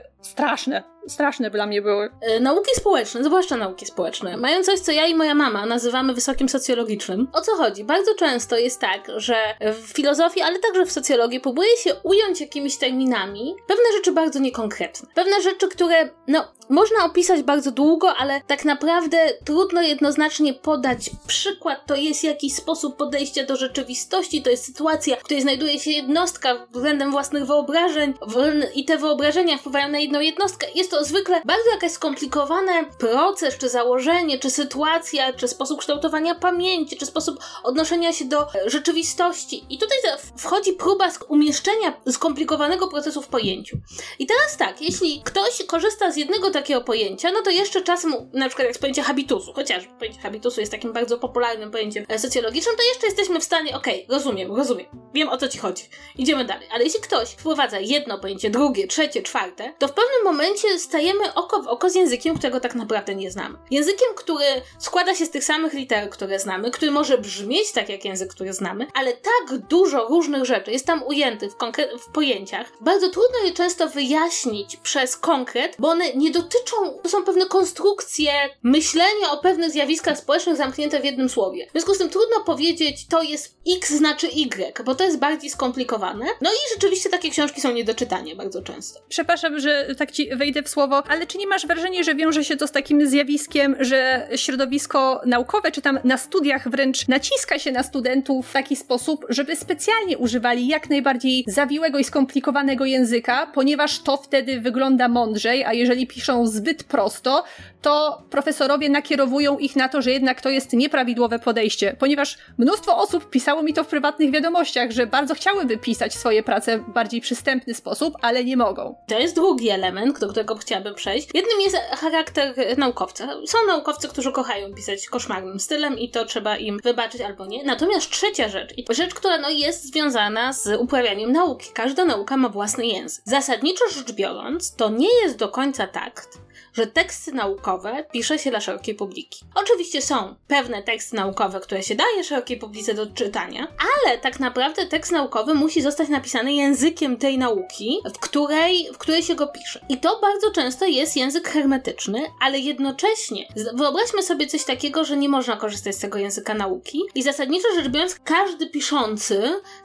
straszne dla mnie były. Nauki społeczne, zwłaszcza nauki społeczne, mają coś, co ja i moja mama nazywamy wysokim socjologicznym. O co chodzi? Bardzo często jest tak, że w filozofii, ale także w socjologii próbuje się ująć jakimiś terminami pewne rzeczy bardzo niekonkretne. Pewne rzeczy, które, można opisać bardzo długo, ale tak naprawdę trudno jednoznacznie podać przykład. To jest jakiś sposób podejścia do rzeczywistości, to jest sytuacja, w której znajduje się jednostka względem własnych wyobrażeń i te wyobrażenia wpływają na jedną jednostkę. Jest to zwykle bardzo jakiś skomplikowany proces, czy założenie, czy sytuacja, czy sposób kształtowania pamięci, czy sposób odnoszenia się do rzeczywistości. I tutaj wchodzi próba umieszczenia skomplikowanego procesu w pojęciu. I teraz tak, jeśli ktoś korzysta z jednego takiego pojęcia, no to jeszcze czasem, na przykład jak z pojęcia habitusu, chociaż pojęcie habitusu jest takim bardzo popularnym pojęciem socjologicznym, to jeszcze jesteśmy w stanie, rozumiem, wiem o co ci chodzi, idziemy dalej. Ale jeśli ktoś wprowadza jedno pojęcie, drugie, trzecie, czwarte, to w pewnym momencie stajemy oko w oko z językiem, którego tak naprawdę nie znamy. Językiem, który składa się z tych samych liter, które znamy, który może brzmieć tak jak język, który znamy, ale tak dużo różnych rzeczy jest tam ujętych w pojęciach, bardzo trudno je często wyjaśnić przez konkret, bo one nie dotyczą, to są pewne konstrukcje myślenia o pewnych zjawiskach społecznych zamknięte w jednym słowie. W związku z tym trudno powiedzieć, to jest X znaczy Y, bo to jest bardziej skomplikowane. No i rzeczywiście takie książki są nie do czytania bardzo często. Przepraszam, że tak ci wejdę w słowo, ale czy nie masz wrażenia, że wiąże się to z takim zjawiskiem, że środowisko naukowe, czy tam na studiach wręcz naciska się na studentów w taki sposób, żeby specjalnie używali jak najbardziej zawiłego i skomplikowanego języka, ponieważ to wtedy wygląda mądrzej, a jeżeli piszą zbyt prosto, to profesorowie nakierowują ich na to, że jednak to jest nieprawidłowe podejście, ponieważ mnóstwo osób pisało mi to w prywatnych wiadomościach, że bardzo chciałyby pisać swoje prace w bardziej przystępny sposób, ale nie mogą. To jest drugi element, do którego chciałabym przejść. Jednym jest charakter naukowca. Są naukowcy, którzy kochają pisać koszmarnym stylem i to trzeba im wybaczyć albo nie. Natomiast trzecia rzecz, która jest związana z uprawianiem nauki. Każda nauka ma własny język. Zasadniczo rzecz biorąc, to nie jest do końca tak, że teksty naukowe pisze się dla szerokiej publiki. Oczywiście są pewne teksty naukowe, które się daje szerokiej publice do czytania, ale tak naprawdę tekst naukowy musi zostać napisany językiem tej nauki, w której się go pisze. I to bardzo często jest język hermetyczny, ale jednocześnie wyobraźmy sobie coś takiego, że nie można korzystać z tego języka nauki i zasadniczo rzecz biorąc, każdy piszący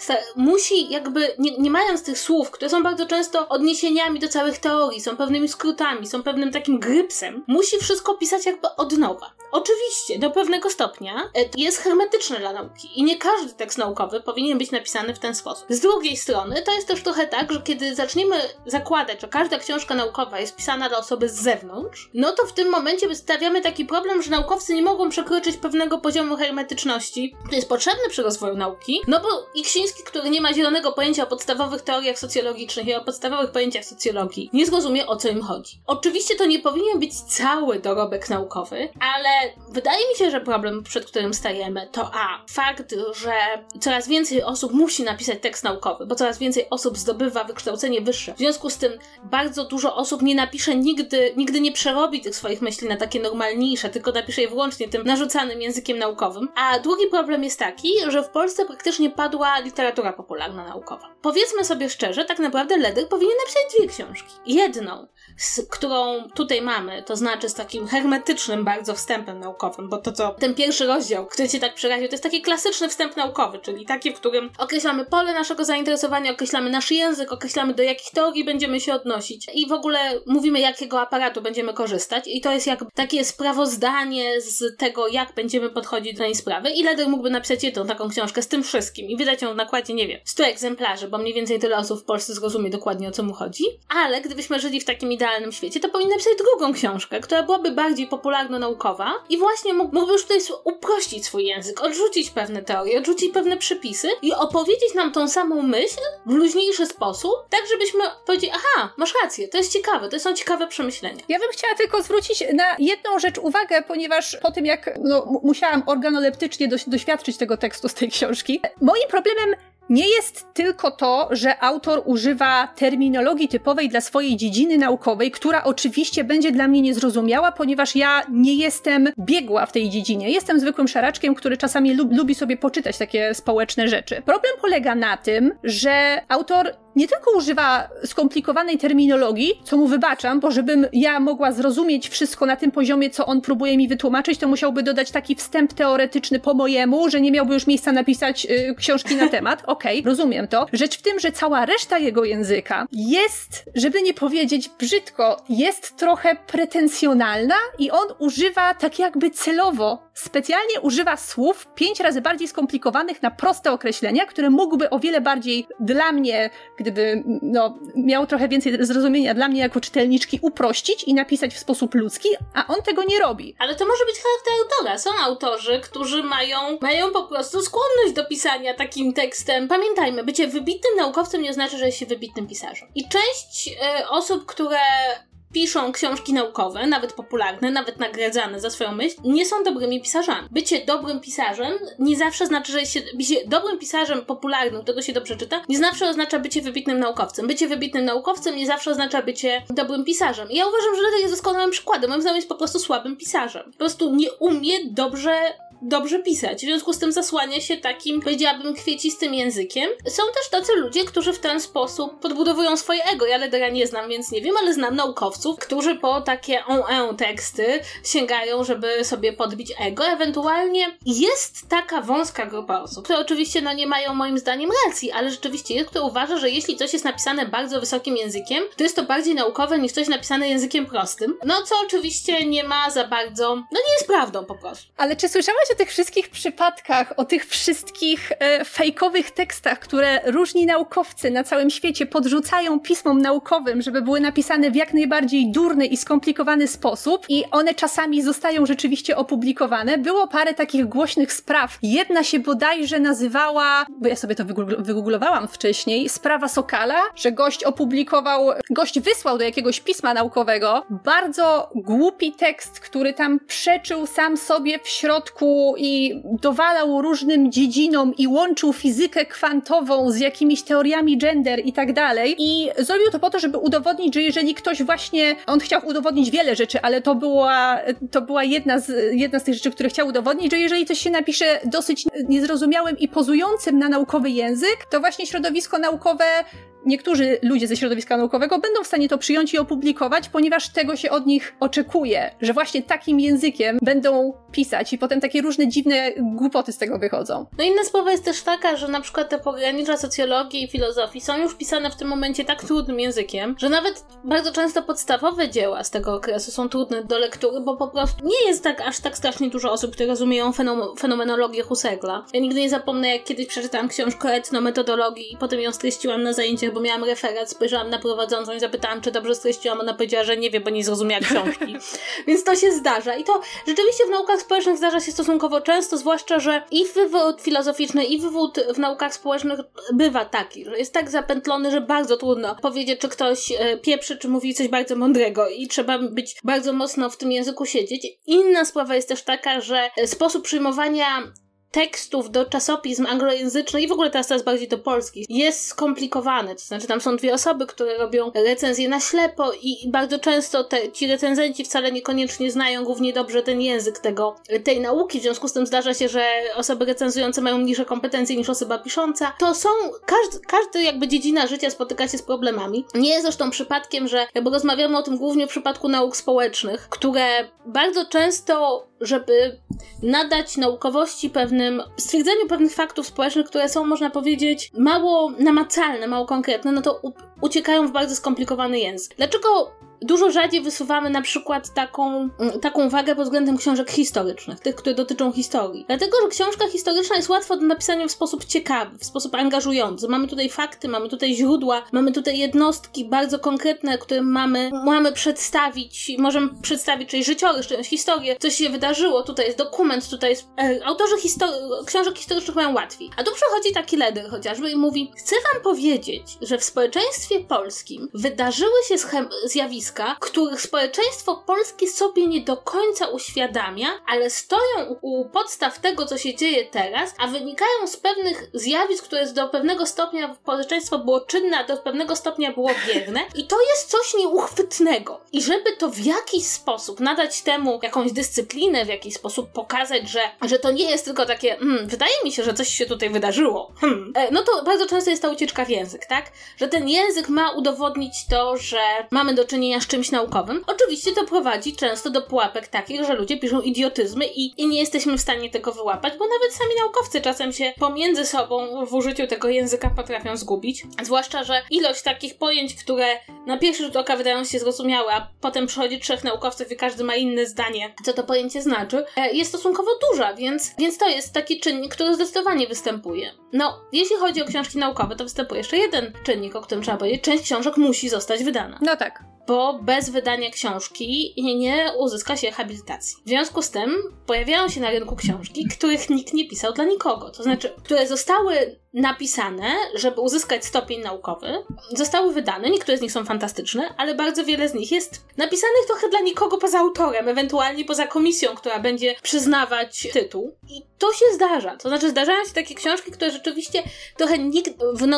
musi nie mając tych słów, które są bardzo często odniesieniami do całych teorii, są pewnymi skrótami, są pewnym takim grypsem, musi wszystko pisać od nowa. Oczywiście, do pewnego stopnia jest hermetyczny dla nauki i nie każdy tekst naukowy powinien być napisany w ten sposób. Z drugiej strony, to jest też trochę tak, że kiedy zaczniemy zakładać, że każda książka naukowa jest pisana dla osoby z zewnątrz, no to w tym momencie stawiamy taki problem, że naukowcy nie mogą przekroczyć pewnego poziomu hermetyczności, który jest potrzebny przy rozwoju nauki, no bo Iksiński, który nie ma zielonego pojęcia o podstawowych teoriach socjologicznych i o podstawowych pojęciach socjologii, nie zrozumie, o co im chodzi. Oczywiście to nie powinien być cały dorobek naukowy, ale wydaje mi się, że problem, przed którym stajemy, to fakt, że coraz więcej osób musi napisać tekst naukowy, bo coraz więcej osób zdobywa wykształcenie wyższe. W związku z tym bardzo dużo osób nie napisze nigdy nie przerobi tych swoich myśli na takie normalniejsze, tylko napisze je wyłącznie tym narzucanym językiem naukowym. A drugi problem jest taki, że w Polsce praktycznie padła literatura popularna naukowa. Powiedzmy sobie szczerze, tak naprawdę Leder powinien napisać 2 książki. Jedną, którą tutaj mamy, to znaczy z takim hermetycznym bardzo wstępem naukowym, bo ten pierwszy rozdział, który cię tak przeraził, to jest taki klasyczny wstęp naukowy, czyli taki, w którym określamy pole naszego zainteresowania, określamy nasz język, określamy do jakich teorii będziemy się odnosić i w ogóle mówimy, jakiego aparatu będziemy korzystać i to jest jak takie sprawozdanie z tego, jak będziemy podchodzić do tej sprawy i Leder mógłby napisać jedną taką książkę z tym wszystkim i wydać ją w nakładzie, nie wiem, 100 egzemplarzy, bo mniej więcej tyle osób w Polsce zrozumie dokładnie, o co mu chodzi, ale gdybyśmy żyli w takim idealnym świecie, to powinien napisać drugą książkę, która byłaby bardziej popularno-naukowa i właśnie mógłby już tutaj uprościć swój język, odrzucić pewne teorie, odrzucić pewne przepisy i opowiedzieć nam tą samą myśl w luźniejszy sposób, tak żebyśmy powiedzieli, masz rację, to jest ciekawe, to są ciekawe przemyślenia. Ja bym chciała tylko zwrócić na jedną rzecz uwagę, ponieważ po tym jak musiałam organoleptycznie doświadczyć tego tekstu z tej książki, moim problemem nie jest tylko to, że autor używa terminologii typowej dla swojej dziedziny naukowej, która oczywiście będzie dla mnie niezrozumiała, ponieważ ja nie jestem biegła w tej dziedzinie. Jestem zwykłym szaraczkiem, który czasami lubi sobie poczytać takie społeczne rzeczy. Problem polega na tym, że autor nie tylko używa skomplikowanej terminologii, co mu wybaczam, bo żebym ja mogła zrozumieć wszystko na tym poziomie, co on próbuje mi wytłumaczyć, to musiałby dodać taki wstęp teoretyczny po mojemu, że nie miałby już miejsca napisać książki na temat. Okej, rozumiem to. Rzecz w tym, że cała reszta jego języka jest, żeby nie powiedzieć brzydko, jest trochę pretensjonalna i on używa tak jakby celowo, specjalnie używa słów 5 razy bardziej skomplikowanych na proste określenia, które mógłby o wiele bardziej dla mnie, gdyby miał trochę więcej zrozumienia dla mnie jako czytelniczki, uprościć i napisać w sposób ludzki, a on tego nie robi. Ale to może być charakter autora. Są autorzy, którzy mają po prostu skłonność do pisania takim tekstem. Pamiętajmy, bycie wybitnym naukowcem nie oznacza, że jest się wybitnym pisarzem. I część osób, które piszą książki naukowe, nawet popularne, nawet nagradzane za swoją myśl, nie są dobrymi pisarzami. Bycie dobrym pisarzem nie zawsze znaczy, że bycie dobrym pisarzem popularnym, którego się dobrze czyta, nie zawsze oznacza bycie wybitnym naukowcem. Bycie wybitnym naukowcem nie zawsze oznacza bycie dobrym pisarzem. I ja uważam, że Leder jest doskonałym przykładem. Moim zdaniem jest po prostu słabym pisarzem. Po prostu nie umie dobrze pisać. W związku z tym zasłania się takim, powiedziałabym, kwiecistym językiem. Są też tacy ludzie, którzy w ten sposób podbudowują swoje ego. Ja Ledera nie znam, więc nie wiem, ale znam naukowców, którzy po takie teksty sięgają, żeby sobie podbić ego. Ewentualnie jest taka wąska grupa osób, które oczywiście nie mają moim zdaniem racji, ale rzeczywiście jest, kto uważa, że jeśli coś jest napisane bardzo wysokim językiem, to jest to bardziej naukowe niż coś napisane językiem prostym. Co oczywiście nie ma za bardzo, nie jest prawdą po prostu. Ale czy słyszałaś o tych wszystkich przypadkach, o tych wszystkich fejkowych tekstach, które różni naukowcy na całym świecie podrzucają pismom naukowym, żeby były napisane w jak najbardziej durny i skomplikowany sposób i one czasami zostają rzeczywiście opublikowane? Było parę takich głośnych spraw. Jedna się bodajże nazywała, bo ja sobie to wygooglowałam wcześniej, sprawa Sokala, że gość wysłał do jakiegoś pisma naukowego bardzo głupi tekst, który tam przeczył sam sobie w środku i dowalał różnym dziedzinom i łączył fizykę kwantową z jakimiś teoriami gender i tak dalej. I zrobił to po to, żeby udowodnić, że jeżeli ktoś właśnie, on chciał udowodnić wiele rzeczy, ale to była jedna z tych rzeczy, które chciał udowodnić, że jeżeli coś się napisze dosyć niezrozumiałym i pozującym na naukowy język, to właśnie środowisko naukowe, niektórzy ludzie ze środowiska naukowego będą w stanie to przyjąć i opublikować, ponieważ tego się od nich oczekuje, że właśnie takim językiem będą pisać i potem takie różne dziwne głupoty z tego wychodzą. Inna sprawa jest też taka, że na przykład te pogranicza socjologii i filozofii są już pisane w tym momencie tak trudnym językiem, że nawet bardzo często podstawowe dzieła z tego okresu są trudne do lektury, bo po prostu nie jest aż tak strasznie dużo osób, które rozumieją fenomenologię Husserla. Ja nigdy nie zapomnę, jak kiedyś przeczytałam książkę o etnometodologii i potem ją streściłam na zajęciach, bo miałam referat, spojrzałam na prowadzącą i zapytałam, czy dobrze streściłam. Ona powiedziała, że nie wie, bo nie zrozumiała książki. Więc to się zdarza. I to rzeczywiście w naukach społecznych zdarza się stosunkowo często, zwłaszcza, że i wywód filozoficzny, i wywód w naukach społecznych bywa taki, że jest tak zapętlony, że bardzo trudno powiedzieć, czy ktoś pieprzy, czy mówi coś bardzo mądrego i trzeba być bardzo mocno w tym języku siedzieć. Inna sprawa jest też taka, że sposób przyjmowania tekstów do czasopism anglojęzycznych i w ogóle teraz bardziej do polskich jest skomplikowany. To znaczy tam są dwie osoby, które robią recenzje na ślepo i bardzo często ci recenzenci wcale niekoniecznie znają głównie dobrze ten język tej nauki. W związku z tym zdarza się, że osoby recenzujące mają mniejsze kompetencje niż osoba pisząca. To są, każdy jakby dziedzina życia spotyka się z problemami. Nie jest zresztą przypadkiem, że jakby rozmawiamy o tym głównie w przypadku nauk społecznych, które bardzo często, żeby nadać naukowości stwierdzeniu pewnych faktów społecznych, które są, można powiedzieć, mało namacalne, mało konkretne, to uciekają w bardzo skomplikowany język. Dlaczego dużo rzadziej wysuwamy na przykład taką wagę pod względem książek historycznych, tych, które dotyczą historii? Dlatego, że książka historyczna jest łatwa do napisania w sposób ciekawy, w sposób angażujący. Mamy tutaj fakty, mamy tutaj źródła, mamy tutaj jednostki bardzo konkretne, które możemy przedstawić, czyli życiorys, czy historię, coś się wydarzyło, tutaj jest dokument, tutaj jest... Autorzy książek historycznych mają łatwiej. A tu przychodzi taki Leder chociażby i mówi: chcę wam powiedzieć, że w społeczeństwie polskim wydarzyły się zjawiska, zjawiska, których społeczeństwo polskie sobie nie do końca uświadamia, ale stoją u podstaw tego, co się dzieje teraz, a wynikają z pewnych zjawisk, które do pewnego stopnia społeczeństwo było czynne, a do pewnego stopnia było bierne. I to jest coś nieuchwytnego. I żeby to w jakiś sposób nadać temu jakąś dyscyplinę, w jakiś sposób pokazać, że to nie jest tylko takie wydaje mi się, że coś się tutaj wydarzyło. No to bardzo często jest ta ucieczka w język, tak? Że ten język ma udowodnić to, że mamy do czynienia z czymś naukowym. Oczywiście to prowadzi często do pułapek takich, że ludzie piszą idiotyzmy i nie jesteśmy w stanie tego wyłapać, bo nawet sami naukowcy czasem się pomiędzy sobą w użyciu tego języka potrafią zgubić. Zwłaszcza, że ilość takich pojęć, które na pierwszy rzut oka wydają się zrozumiałe, a potem przychodzi 3 naukowców i każdy ma inne zdanie, co to pojęcie znaczy, jest stosunkowo duża, więc to jest taki czynnik, który zdecydowanie występuje. No, jeśli chodzi o książki naukowe, to występuje jeszcze jeden czynnik, o którym trzeba powiedzieć. Część książek musi zostać wydana. No tak. Bo bez wydania książki nie uzyska się habilitacji. W związku z tym pojawiają się na rynku książki, których nikt nie pisał dla nikogo. To znaczy, które zostały napisane, żeby uzyskać stopień naukowy, zostały wydane, niektóre z nich są fantastyczne, ale bardzo wiele z nich jest napisanych trochę dla nikogo poza autorem, ewentualnie poza komisją, która będzie przyznawać tytuł. I to się zdarza. To znaczy, zdarzają się takie książki, które rzeczywiście trochę nikt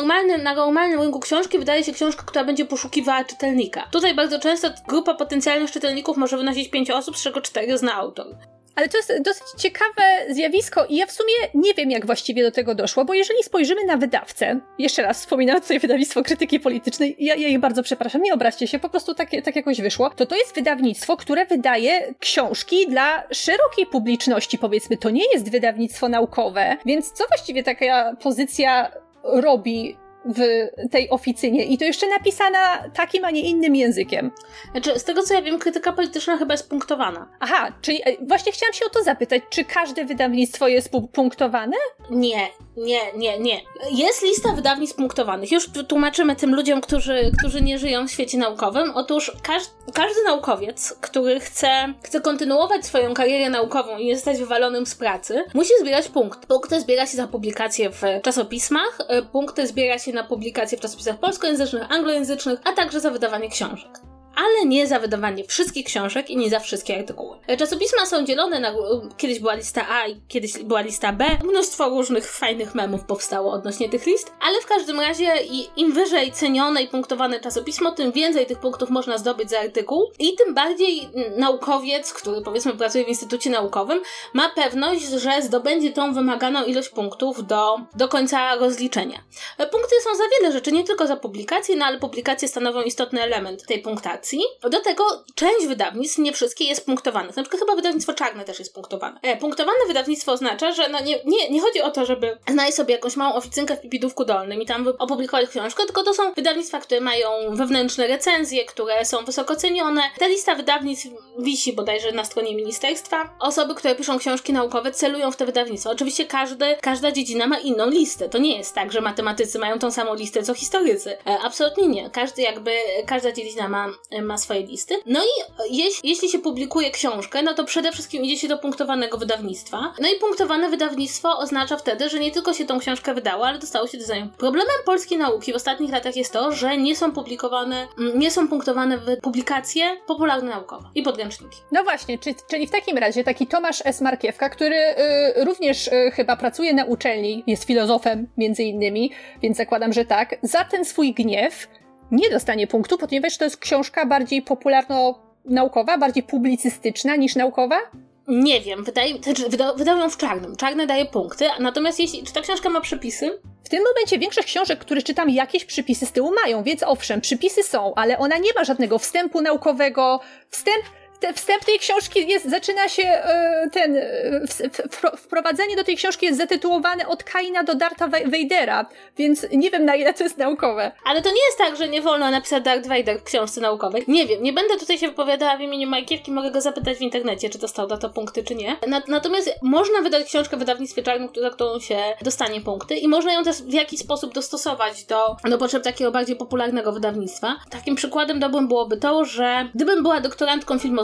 na normalnym rynku książki wydaje się książka, która będzie poszukiwała czytelnika. Tutaj bardzo często grupa potencjalnych czytelników może wynosić 5 osób, z czego 4 zna autor. Ale to jest dosyć ciekawe zjawisko i ja w sumie nie wiem, jak właściwie do tego doszło, bo jeżeli spojrzymy na wydawcę, jeszcze raz wspominam tutaj wydawnictwo krytyki politycznej, ja jej bardzo przepraszam, nie obraźcie się, po prostu tak jakoś wyszło, to jest wydawnictwo, które wydaje książki dla szerokiej publiczności, powiedzmy, to nie jest wydawnictwo naukowe, więc co właściwie taka pozycja robi w tej oficynie i to jeszcze napisana takim, a nie innym językiem. Znaczy, z tego co ja wiem, krytyka polityczna chyba jest punktowana. Aha, czyli właśnie chciałam się o to zapytać, czy każde wydawnictwo jest punktowane? Nie. Jest lista wydawnictw punktowanych. Już tłumaczymy tym ludziom, którzy nie żyją w świecie naukowym. Otóż każdy naukowiec, który chce kontynuować swoją karierę naukową i nie zostać wywalonym z pracy, musi zbierać punkty. Punkty zbiera się za publikacje w czasopismach, punkty zbiera się na publikacje w czasopisach polskojęzycznych, anglojęzycznych, a także za wydawanie książek. Ale nie za wydawanie wszystkich książek i nie za wszystkie artykuły. Czasopisma są dzielone na... Kiedyś była lista A i kiedyś była lista B. Mnóstwo różnych fajnych memów powstało odnośnie tych list, ale w każdym razie im wyżej cenione i punktowane czasopismo, tym więcej tych punktów można zdobyć za artykuł i tym bardziej naukowiec, który powiedzmy pracuje w instytucie naukowym, ma pewność, że zdobędzie tą wymaganą ilość punktów do końca rozliczenia. Punkty są za wiele rzeczy, nie tylko za publikacje, no ale publikacje stanowią istotny element tej punktacji. Do tego część wydawnictw, nie wszystkie, jest punktowanych. Na przykład chyba wydawnictwo Czarne też jest punktowane. Punktowane wydawnictwo oznacza, że nie chodzi o to, żeby znaleźć sobie jakąś małą oficynkę w Pipidówku Dolnym i tam opublikować książkę, tylko to są wydawnictwa, które mają wewnętrzne recenzje, które są wysoko cenione. Ta lista wydawnictw wisi bodajże na stronie ministerstwa. Osoby, które piszą książki naukowe, celują w te wydawnictwa. Oczywiście każda dziedzina ma inną listę. To nie jest tak, że matematycy mają tą samą listę co historycy. Absolutnie nie. Każda dziedzina ma swoje listy. No i jeśli się publikuje książkę, no to przede wszystkim idzie się do punktowanego wydawnictwa. No i punktowane wydawnictwo oznacza wtedy, że nie tylko się tą książkę wydało, ale dostało się do zajmu. Problemem polskiej nauki w ostatnich latach jest to, że nie są punktowane publikacje popularno-naukowe i podręczniki. No właśnie, czyli w takim razie taki Tomasz S. Markiewka, który również chyba pracuje na uczelni, jest filozofem między innymi, więc zakładam, że tak, za ten swój gniew nie dostanie punktu, ponieważ to jest książka bardziej popularno-naukowa, bardziej publicystyczna niż naukowa? Nie wiem, wydał ją w Czarnym. Czarne daje punkty, natomiast czy ta książka ma przepisy? W tym momencie większość książek, które czytam, jakieś przypisy z tyłu mają, więc owszem, przypisy są, ale ona nie ma żadnego wstępu naukowego. Wstęp tej książki zaczyna się, wprowadzenie do tej książki jest zatytułowane Od Kaina do Dartha Vadera, więc nie wiem, na ile to jest naukowe. Ale to nie jest tak, że nie wolno napisać Darth Vader w książce naukowej. Nie wiem, nie będę tutaj się wypowiadała w imieniu Markiewki, mogę go zapytać w internecie, czy dostał za to punkty, czy nie. Natomiast można wydać książkę w wydawnictwie Czarnym, za którą się dostanie punkty i można ją też w jakiś sposób dostosować do potrzeb takiego bardziej popularnego wydawnictwa. Takim przykładem dobrym byłoby to, że gdybym była doktorantką filmoznawstwa,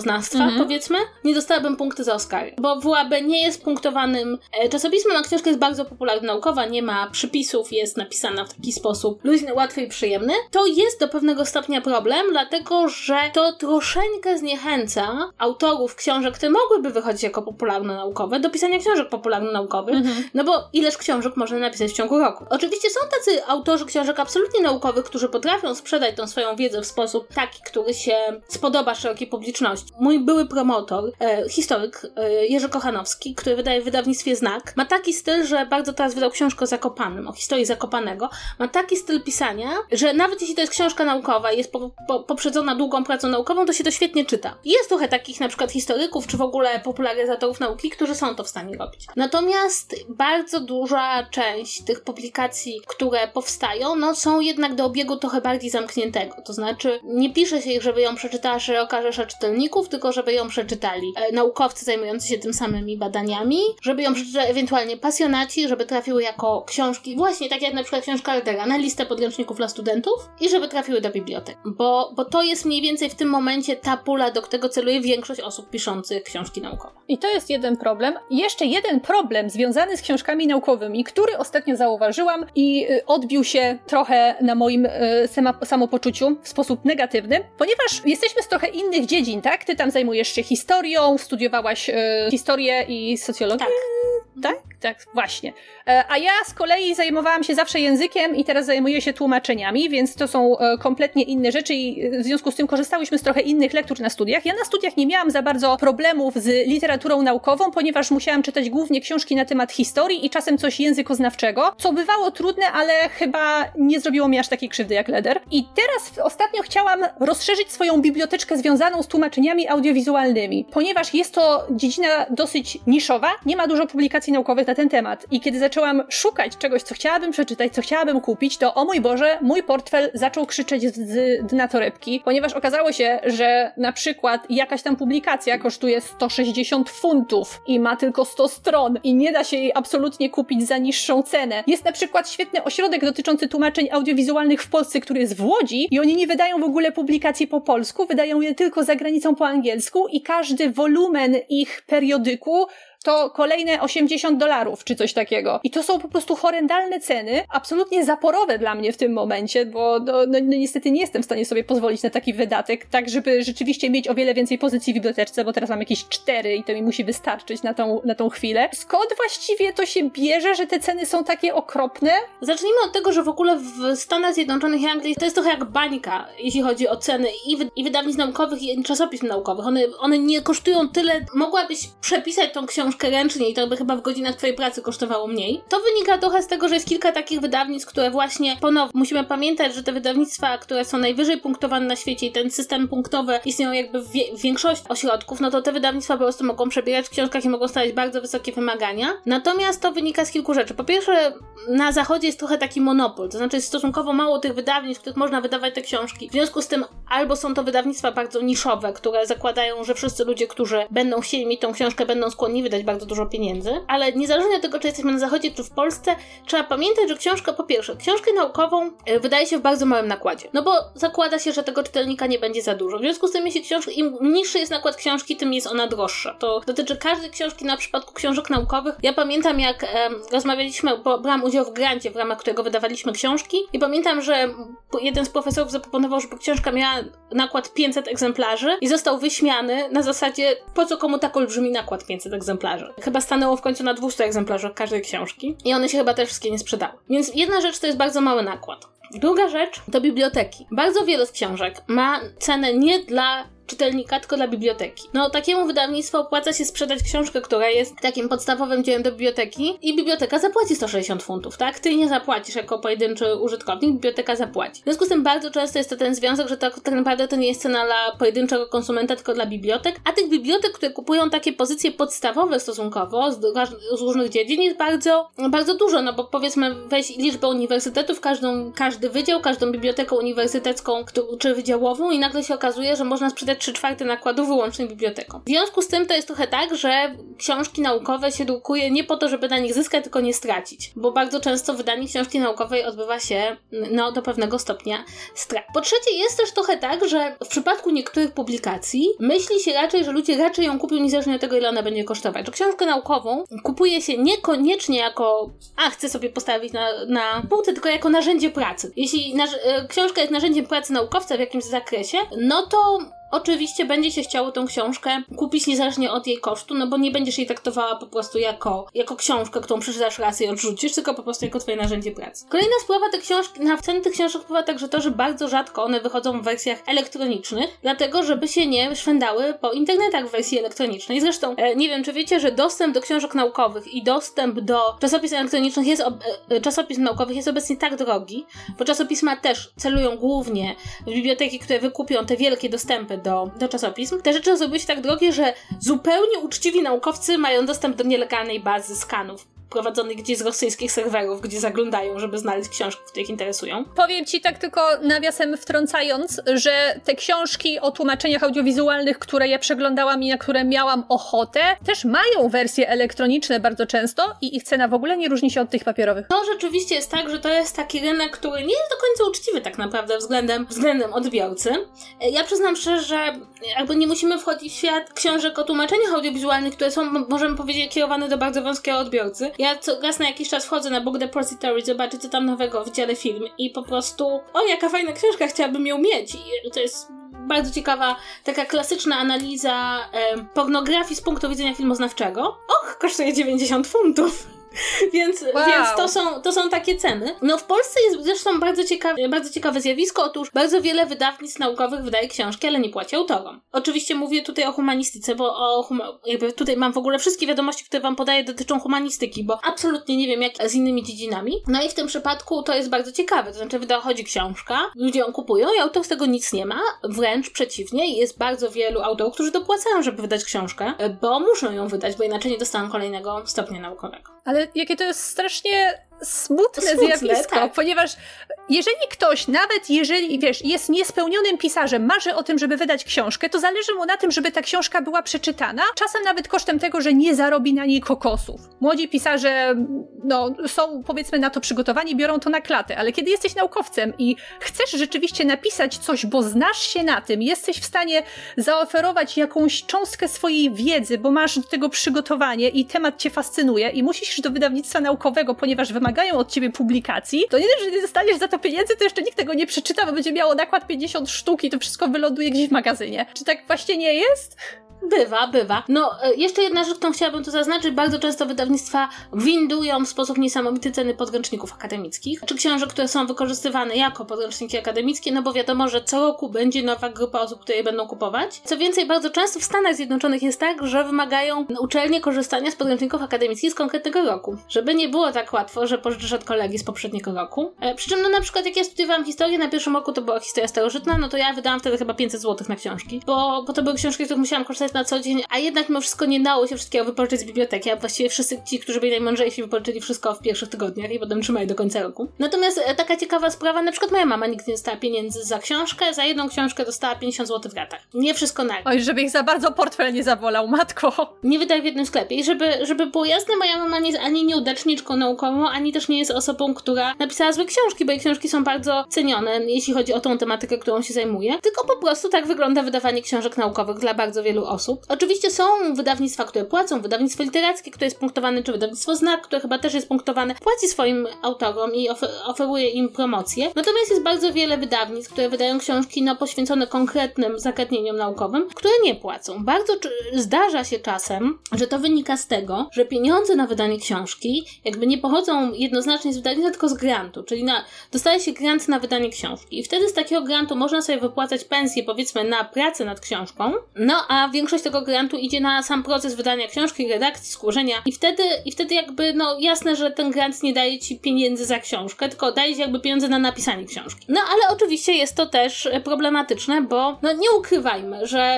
różnawstwa, powiedzmy, nie dostałabym punkty za Oscary. Bo WAB nie jest punktowanym czasopismem, a książka jest bardzo popularna naukowa, nie ma przypisów, jest napisana w taki sposób luźny, łatwy i przyjemny. To jest do pewnego stopnia problem, dlatego że to troszeczkę zniechęca autorów książek, które mogłyby wychodzić jako popularno-naukowe, do pisania książek popularno-naukowych, no bo ileż książek można napisać w ciągu roku. Oczywiście są tacy autorzy książek absolutnie naukowych, którzy potrafią sprzedać tą swoją wiedzę w sposób taki, który się spodoba szerokiej publiczności. Mój były promotor, historyk Jerzy Kochanowski, który wydaje w wydawnictwie Znak, ma taki styl, że bardzo teraz wydał książkę o Zakopanem, o historii Zakopanego. Ma taki styl pisania, że nawet jeśli to jest książka naukowa i jest poprzedzona długą pracą naukową, to się to świetnie czyta. Jest trochę takich na przykład historyków, czy w ogóle popularyzatorów nauki, którzy są to w stanie robić. Natomiast bardzo duża część tych publikacji, które powstają, no są jednak do obiegu trochę bardziej zamkniętego. To znaczy, nie pisze się ich, żeby ją przeczytała szeroka rzesza czytelników, tylko żeby ją przeczytali naukowcy zajmujący się tym samymi badaniami, żeby ją przeczytali ewentualnie pasjonaci, żeby trafiły jako książki, właśnie tak jak na przykład książka Ledera, na listę podręczników dla studentów i żeby trafiły do bibliotek. Bo to jest mniej więcej w tym momencie ta pula, do którego celuje większość osób piszących książki naukowe. I to jest jeden problem. I jeszcze jeden problem związany z książkami naukowymi, który ostatnio zauważyłam i odbił się trochę na moim samopoczuciu w sposób negatywny, ponieważ jesteśmy z trochę innych dziedzin, tak? Ty tam zajmujesz się historią, studiowałaś historię i socjologię. Tak, właśnie. A ja z kolei zajmowałam się zawsze językiem i teraz zajmuję się tłumaczeniami, więc to są kompletnie inne rzeczy i w związku z tym korzystałyśmy z trochę innych lektur na studiach. Ja na studiach nie miałam za bardzo problemów z literaturą naukową, ponieważ musiałam czytać głównie książki na temat historii i czasem coś językoznawczego, co bywało trudne, ale chyba nie zrobiło mi aż takiej krzywdy jak Leder. I teraz ostatnio chciałam rozszerzyć swoją biblioteczkę związaną z tłumaczeniami audiowizualnymi, ponieważ jest to dziedzina dosyć niszowa, nie ma dużo publikacji naukowych na ten temat. I kiedy zaczęłam szukać czegoś, co chciałabym przeczytać, co chciałabym kupić, to o mój Boże, mój portfel zaczął krzyczeć z dna torebki, ponieważ okazało się, że na przykład jakaś tam publikacja kosztuje 160 funtów i ma tylko 100 stron i nie da się jej absolutnie kupić za niższą cenę. Jest na przykład świetny ośrodek dotyczący tłumaczeń audiowizualnych w Polsce, który jest w Łodzi i oni nie wydają w ogóle publikacji po polsku, wydają je tylko za granicą po angielsku i każdy wolumen ich periodyku to kolejne $80 czy coś takiego. I to są po prostu horrendalne ceny, absolutnie zaporowe dla mnie w tym momencie, bo niestety nie jestem w stanie sobie pozwolić na taki wydatek, tak żeby rzeczywiście mieć o wiele więcej pozycji w bibliotece, bo teraz mam jakieś 4 i to mi musi wystarczyć na tą chwilę. Skąd właściwie to się bierze, że te ceny są takie okropne? Zacznijmy od tego, że w ogóle w Stanach Zjednoczonych i Anglii to jest trochę jak bańka, jeśli chodzi o ceny i wydawnictw naukowych i czasopism naukowych. One nie kosztują tyle, mogłabyś przepisać tą książkę ręcznie i to by chyba w godzinach twojej pracy kosztowało mniej. To wynika trochę z tego, że jest kilka takich wydawnictw, które właśnie ponownie musimy pamiętać, że te wydawnictwa, które są najwyżej punktowane na świecie i ten system punktowy istnieją jakby w większości ośrodków, no to te wydawnictwa po prostu mogą przebierać w książkach i mogą stawiać bardzo wysokie wymagania. Natomiast to wynika z kilku rzeczy. Po pierwsze, na zachodzie jest trochę taki monopol, to znaczy jest stosunkowo mało tych wydawnictw, w których można wydawać te książki. W związku z tym albo są to wydawnictwa bardzo niszowe, które zakładają, że wszyscy ludzie, którzy będą chcieli mieć tą książkę, będą skłonni wydać bardzo dużo pieniędzy, ale niezależnie od tego, czy jesteśmy na zachodzie, czy w Polsce, trzeba pamiętać, że książka, po pierwsze, książkę naukową wydaje się w bardzo małym nakładzie, no bo zakłada się, że tego czytelnika nie będzie za dużo. W związku z tym, jeśli im niższy jest nakład książki, tym jest ona droższa. To dotyczy każdej książki na przypadku książek naukowych. Ja pamiętam, jak rozmawialiśmy, bo brałam udział w grancie, w ramach którego wydawaliśmy książki i pamiętam, że jeden z profesorów zaproponował, żeby książka miała nakład 500 egzemplarzy i został wyśmiany na zasadzie, po co komu tak olbrzymi nakład 500 egzemplarzy. Chyba stanęło w końcu na 200 egzemplarzach każdej książki i one się chyba też wszystkie nie sprzedały. Więc jedna rzecz to jest bardzo mały nakład. Druga rzecz to biblioteki. Bardzo wiele z książek ma cenę nie dla czytelnika, tylko dla biblioteki. No, takiemu wydawnictwu opłaca się sprzedać książkę, która jest takim podstawowym dziełem do biblioteki i biblioteka zapłaci 160 funtów, tak? Ty nie zapłacisz jako pojedynczy użytkownik, biblioteka zapłaci. W związku z tym bardzo często jest to ten związek, że tak naprawdę to nie jest cena dla pojedynczego konsumenta, tylko dla bibliotek, a tych bibliotek, które kupują takie pozycje podstawowe stosunkowo z różnych dziedzin jest bardzo, bardzo dużo, no bo powiedzmy weź liczbę uniwersytetów, każdy wydział, każdą bibliotekę uniwersytecką czy wydziałową i nagle się okazuje, że można sprzedać 3/4 nakładu wyłącznie biblioteką. W związku z tym to jest trochę tak, że książki naukowe się drukuje nie po to, żeby na nich zyskać, tylko nie stracić. Bo bardzo często wydanie książki naukowej odbywa się do pewnego stopnia strat. Po trzecie, jest też trochę tak, że w przypadku niektórych publikacji myśli się raczej, że ludzie raczej ją kupią niezależnie od tego, ile ona będzie kosztować. Że książkę naukową kupuje się niekoniecznie jako chcę sobie postawić na półce, tylko jako narzędzie pracy. Jeśli książka jest narzędziem pracy naukowca w jakimś zakresie, no to oczywiście będzie się chciało tą książkę kupić niezależnie od jej kosztu, no bo nie będziesz jej traktowała po prostu jako książkę, którą przeczytasz raz i odrzucisz, tylko po prostu jako twoje narzędzie pracy. Kolejna sprawa, na ceny tych książek wpływa także to, że bardzo rzadko one wychodzą w wersjach elektronicznych, dlatego żeby się nie szwędały po internetach w wersji elektronicznej. Zresztą nie wiem, czy wiecie, że dostęp do książek naukowych i dostęp do czasopism elektronicznych czasopism naukowych jest obecnie tak drogi, bo czasopisma też celują głównie w biblioteki, które wykupią te wielkie dostępy do czasopism. Te rzeczy zrobiły się tak drogie, że zupełnie uczciwi naukowcy mają dostęp do nielegalnej bazy skanów prowadzonych gdzieś z rosyjskich serwerów, gdzie zaglądają, żeby znaleźć książki, które ich interesują. Powiem ci tak tylko nawiasem wtrącając, że te książki o tłumaczeniach audiowizualnych, które ja przeglądałam i na które miałam ochotę, też mają wersje elektroniczne bardzo często i ich cena w ogóle nie różni się od tych papierowych. To rzeczywiście jest tak, że to jest taki rynek, który nie jest do końca uczciwy tak naprawdę względem odbiorcy. Ja przyznam szczerze, że jakby nie musimy wchodzić w świat książek o tłumaczeniach audiowizualnych, które są, możemy powiedzieć, kierowane do bardzo wąskiego odbiorcy. Ja raz na jakiś czas wchodzę na Book Depository, zobaczę co tam nowego w dziale film i po prostu jaka fajna książka, chciałabym ją mieć. I to jest bardzo ciekawa, taka klasyczna analiza pornografii z punktu widzenia filmoznawczego. Kosztuje 90 funtów. Więc to są takie ceny. No w Polsce jest zresztą bardzo ciekawe zjawisko. Otóż bardzo wiele wydawnictw naukowych wydaje książki, ale nie płaci autorom. Oczywiście mówię tutaj o humanistyce, bo jakby tutaj mam w ogóle wszystkie wiadomości, które wam podaję, dotyczą humanistyki, bo absolutnie nie wiem jak z innymi dziedzinami. No i w tym przypadku to jest bardzo ciekawe. To znaczy wychodzi książka, ludzie ją kupują i autor z tego nic nie ma. Wręcz przeciwnie, jest bardzo wielu autorów, którzy dopłacają, żeby wydać książkę, bo muszą ją wydać, bo inaczej nie dostaną kolejnego stopnia naukowego. Ale jakie to jest strasznie smutne zjawisko, tak. Ponieważ nawet jeżeli, wiesz, jest niespełnionym pisarzem, marzy o tym, żeby wydać książkę, to zależy mu na tym, żeby ta książka była przeczytana, czasem nawet kosztem tego, że nie zarobi na niej kokosów. Młodzi pisarze, są powiedzmy na to przygotowani, biorą to na klatę, ale kiedy jesteś naukowcem i chcesz rzeczywiście napisać coś, bo znasz się na tym, jesteś w stanie zaoferować jakąś cząstkę swojej wiedzy, bo masz do tego przygotowanie i temat cię fascynuje i musisz iść do wydawnictwa naukowego, ponieważ wymagają od ciebie publikacji, to nie dość, że nie dostaniesz za to pieniędzy, to jeszcze nikt tego nie przeczyta, bo będzie miało nakład 50 sztuk i to wszystko wyląduje gdzieś w magazynie. Czy tak właśnie nie jest? Bywa. Jeszcze jedna rzecz, którą chciałabym tu zaznaczyć. Bardzo często wydawnictwa windują w sposób niesamowity ceny podręczników akademickich, czy książek, które są wykorzystywane jako podręczniki akademickie, bo wiadomo, że co roku będzie nowa grupa osób, które je będą kupować. Co więcej, bardzo często w Stanach Zjednoczonych jest tak, że wymagają uczelnie korzystania z podręczników akademickich z konkretnego roku. Żeby nie było tak łatwo, że pożyczysz od kolegi z poprzedniego roku. Przy czym, na przykład jak ja studiowałam historię, na pierwszym roku to była historia starożytna, to ja wydałam wtedy chyba 500 zł na książki, bo to były książki, które musiałam korzystać na co dzień, a jednak mimo wszystko nie dało się wszystkiego wypożyczyć z biblioteki, a właściwie wszyscy ci, którzy byli najmądrzejsi, wypożyczyli wszystko w pierwszych tygodniach i potem trzymali do końca roku. Natomiast taka ciekawa sprawa, na przykład moja mama nigdy nie dostała pieniędzy za książkę, za jedną książkę dostała 50 zł w ratach. Nie wszystko nagle. Oj, żeby ich za bardzo portfel nie zawolał, matko. Nie wydaje w jednym sklepie. I żeby było jasne, moja mama nie jest ani nieudaczniczką naukową, ani też nie jest osobą, która napisała złe książki, bo jej książki są bardzo cenione, jeśli chodzi o tą tematykę, którą się zajmuje. Tylko po prostu tak wygląda wydawanie książek naukowych dla bardzo wielu osób. Oczywiście są wydawnictwa, które płacą, wydawnictwo literackie, które jest punktowane, czy wydawnictwo Znak, które chyba też jest punktowane, płaci swoim autorom i oferuje im promocję. Natomiast jest bardzo wiele wydawnictw, które wydają książki poświęcone konkretnym zagadnieniom naukowym, które nie płacą. Bardzo zdarza się czasem, że to wynika z tego, że pieniądze na wydanie książki jakby nie pochodzą jednoznacznie z wydawnictwa, tylko z grantu, czyli dostaje się grant na wydanie książki i wtedy z takiego grantu można sobie wypłacać pensję, powiedzmy, na pracę nad książką, a większość tego grantu idzie na sam proces wydania książki, redakcji, skłożenia i wtedy jakby jasne, że ten grant nie daje ci pieniędzy za książkę, tylko daje ci jakby pieniądze na napisanie książki. Ale oczywiście jest to też problematyczne, bo nie ukrywajmy, że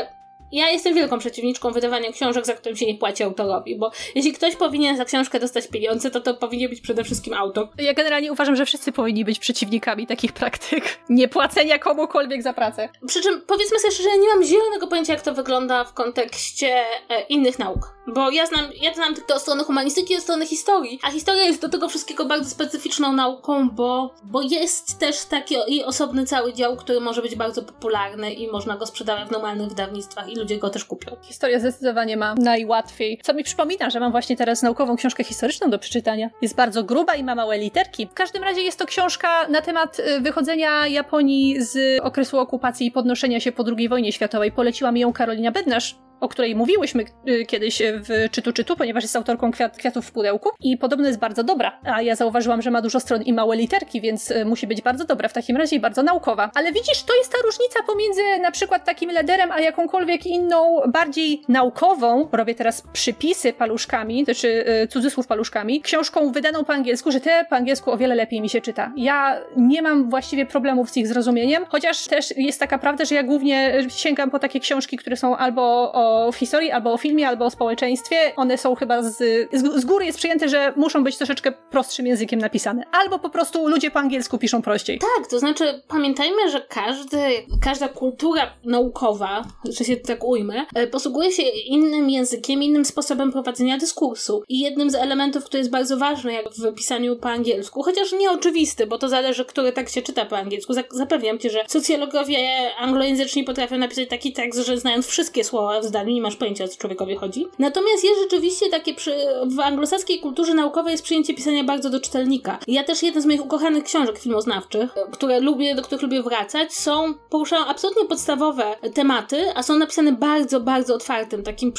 ja jestem wielką przeciwniczką wydawania książek, za którym się nie płaci autorowi, bo jeśli ktoś powinien za książkę dostać pieniądze, to powinien być przede wszystkim autor. Ja generalnie uważam, że wszyscy powinni być przeciwnikami takich praktyk. Nie płacenia komukolwiek za pracę. Przy czym, powiedzmy sobie szczerze, ja nie mam zielonego pojęcia, jak to wygląda w kontekście innych nauk. Bo ja znam tylko strony humanistyki i od strony historii, a historia jest do tego wszystkiego bardzo specyficzną nauką, bo jest też taki jej osobny cały dział, który może być bardzo popularny i można go sprzedawać w normalnych wydawnictwach i ludzie go też kupią. Historia zdecydowanie ma najłatwiej. Co mi przypomina, że mam właśnie teraz naukową książkę historyczną do przeczytania. Jest bardzo gruba i ma małe literki. W każdym razie jest to książka na temat wychodzenia Japonii z okresu okupacji i podnoszenia się po II wojnie światowej. Poleciła mi ją Karolina Bednarz, o której mówiłyśmy kiedyś w Czytu, ponieważ jest autorką Kwiatów w pudełku i podobno jest bardzo dobra. A ja zauważyłam, że ma dużo stron i małe literki, więc musi być bardzo dobra w takim razie i bardzo naukowa. Ale widzisz, to jest ta różnica pomiędzy na przykład takim Lederem, a jakąkolwiek inną, bardziej naukową, robię teraz przypisy paluszkami, to znaczy cudzysłów paluszkami, książką wydaną po angielsku, że te po angielsku o wiele lepiej mi się czyta. Ja nie mam właściwie problemów z ich zrozumieniem, chociaż też jest taka prawda, że ja głównie sięgam po takie książki, które są albo w historii, albo o filmie, albo o społeczeństwie. One są chyba z góry jest przyjęte, że muszą być troszeczkę prostszym językiem napisane. Albo po prostu ludzie po angielsku piszą prościej. Tak, to znaczy pamiętajmy, że każda kultura naukowa, że się tak ujmę, posługuje się innym językiem, innym sposobem prowadzenia dyskursu. I jednym z elementów, który jest bardzo ważny jak w pisaniu po angielsku, chociaż nieoczywisty, bo to zależy, który tekst się czyta po angielsku. Zapewniam cię, że socjologowie anglojęzyczni potrafią napisać taki tekst, że znając wszystkie słowa w zdaniu nie masz pojęcia, o co człowiekowi chodzi. Natomiast jest rzeczywiście takie w anglosaskiej kulturze naukowej jest przyjęcie pisania bardzo do czytelnika. Ja też jeden z moich ukochanych książek filmoznawczych, do których lubię wracać, poruszają absolutnie podstawowe tematy, a są napisane bardzo, bardzo otwartym, takim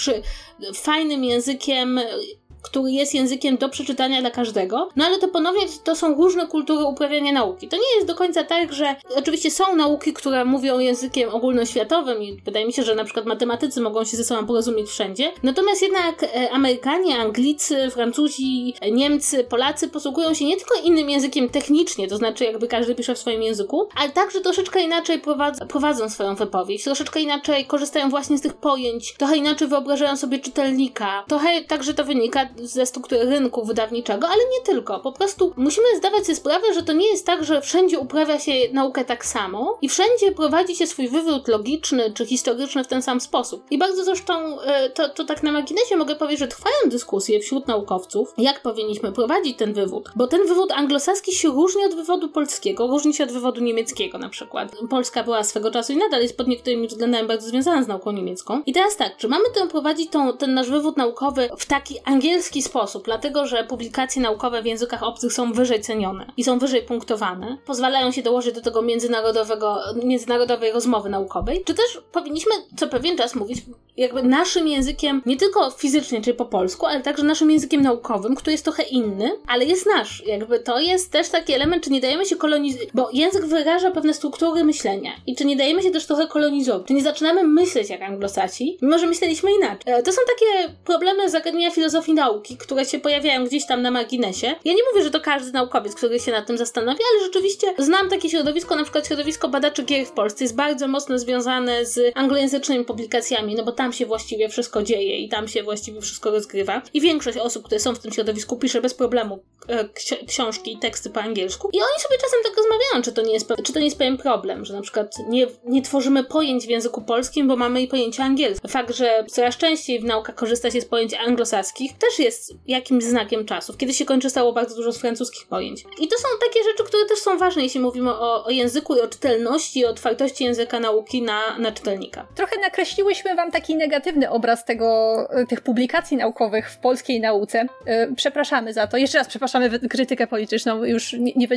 fajnym językiem, który jest językiem do przeczytania dla każdego. No ale to ponownie to są różne kultury uprawiania nauki. To nie jest do końca tak, że oczywiście są nauki, które mówią językiem ogólnoświatowym i wydaje mi się, że na przykład matematycy mogą się ze sobą porozumieć wszędzie. Natomiast jednak Amerykanie, Anglicy, Francuzi, Niemcy, Polacy posługują się nie tylko innym językiem technicznie, to znaczy jakby każdy pisze w swoim języku, ale także troszeczkę inaczej prowadzą swoją wypowiedź, troszeczkę inaczej korzystają właśnie z tych pojęć, trochę inaczej wyobrażają sobie czytelnika, trochę także to wynika ze struktury rynku wydawniczego, ale nie tylko. Po prostu musimy zdawać sobie sprawę, że to nie jest tak, że wszędzie uprawia się naukę tak samo i wszędzie prowadzi się swój wywód logiczny czy historyczny w ten sam sposób. I bardzo zresztą to tak na marginesie mogę powiedzieć, że trwają dyskusje wśród naukowców, jak powinniśmy prowadzić ten wywód, bo ten wywód anglosaski się różni od wywodu polskiego, różni się od wywodu niemieckiego na przykład. Polska była swego czasu i nadal jest pod niektórymi względami bardzo związana z nauką niemiecką. I teraz tak, czy mamy prowadzić ten nasz wywód naukowy w taki angielski sposób, dlatego że publikacje naukowe w językach obcych są wyżej cenione i są wyżej punktowane, pozwalają się dołożyć do tego międzynarodowej rozmowy naukowej, czy też powinniśmy co pewien czas mówić jakby naszym językiem, nie tylko fizycznie, czyli po polsku, ale także naszym językiem naukowym, który jest trochę inny, ale jest nasz. Jakby to jest też taki element, czy nie dajemy się kolonizować, bo język wyraża pewne struktury myślenia i czy nie dajemy się też trochę kolonizować, czy nie zaczynamy myśleć jak anglosaci, mimo że myśleliśmy inaczej. To są takie problemy zagadnienia filozofii nauki, które się pojawiają gdzieś tam na marginesie. Ja nie mówię, że to każdy naukowiec, który się nad tym zastanawia, ale rzeczywiście znam takie środowisko, na przykład środowisko badaczy gier w Polsce jest bardzo mocno związane z anglojęzycznymi publikacjami, no bo tam się właściwie wszystko dzieje i tam się właściwie wszystko rozgrywa. I większość osób, które są w tym środowisku, pisze bez problemu książki i teksty po angielsku. I oni sobie czasem tak rozmawiają, czy to nie jest pewien problem, że na przykład nie tworzymy pojęć w języku polskim, bo mamy i pojęcia angielskie. Fakt, że coraz częściej w naukach korzysta się z pojęć anglosaskich, też jest jakimś znakiem czasów. Kiedyś się korzystało bardzo dużo z francuskich pojęć. I to są takie rzeczy, które też są ważne, jeśli mówimy o języku i o czytelności, i o otwartości języka nauki na czytelnika. Trochę nakreśliłyśmy wam taki negatywny obraz tych publikacji naukowych w polskiej nauce. Przepraszamy za to. Jeszcze raz przepraszamy krytykę polityczną. Już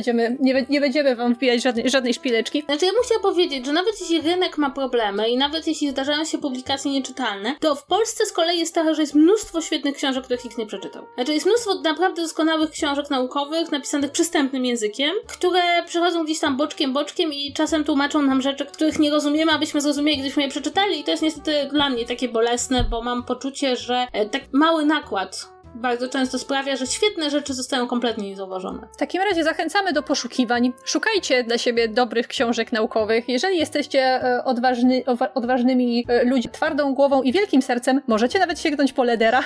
nie będziemy wam wbijać żadnej szpileczki. Znaczy ja bym chciała powiedzieć, że nawet jeśli rynek ma problemy i nawet jeśli zdarzają się publikacje nieczytelne, to w Polsce z kolei jest tak, że jest mnóstwo świetnych książek, których nikt nie przeczytał. Znaczy jest mnóstwo naprawdę doskonałych książek naukowych napisanych przystępnym językiem, które przechodzą gdzieś tam boczkiem i czasem tłumaczą nam rzeczy, których nie rozumiemy, abyśmy zrozumieli, gdybyśmy je przeczytali i to jest niestety dla mnie takie bolesne, bo mam poczucie, że tak mały nakład bardzo często sprawia, że świetne rzeczy zostają kompletnie niezauważone. W takim razie zachęcamy do poszukiwań. Szukajcie dla siebie dobrych książek naukowych. Jeżeli jesteście odważnymi ludźmi, twardą głową i wielkim sercem, możecie nawet sięgnąć po Ledera.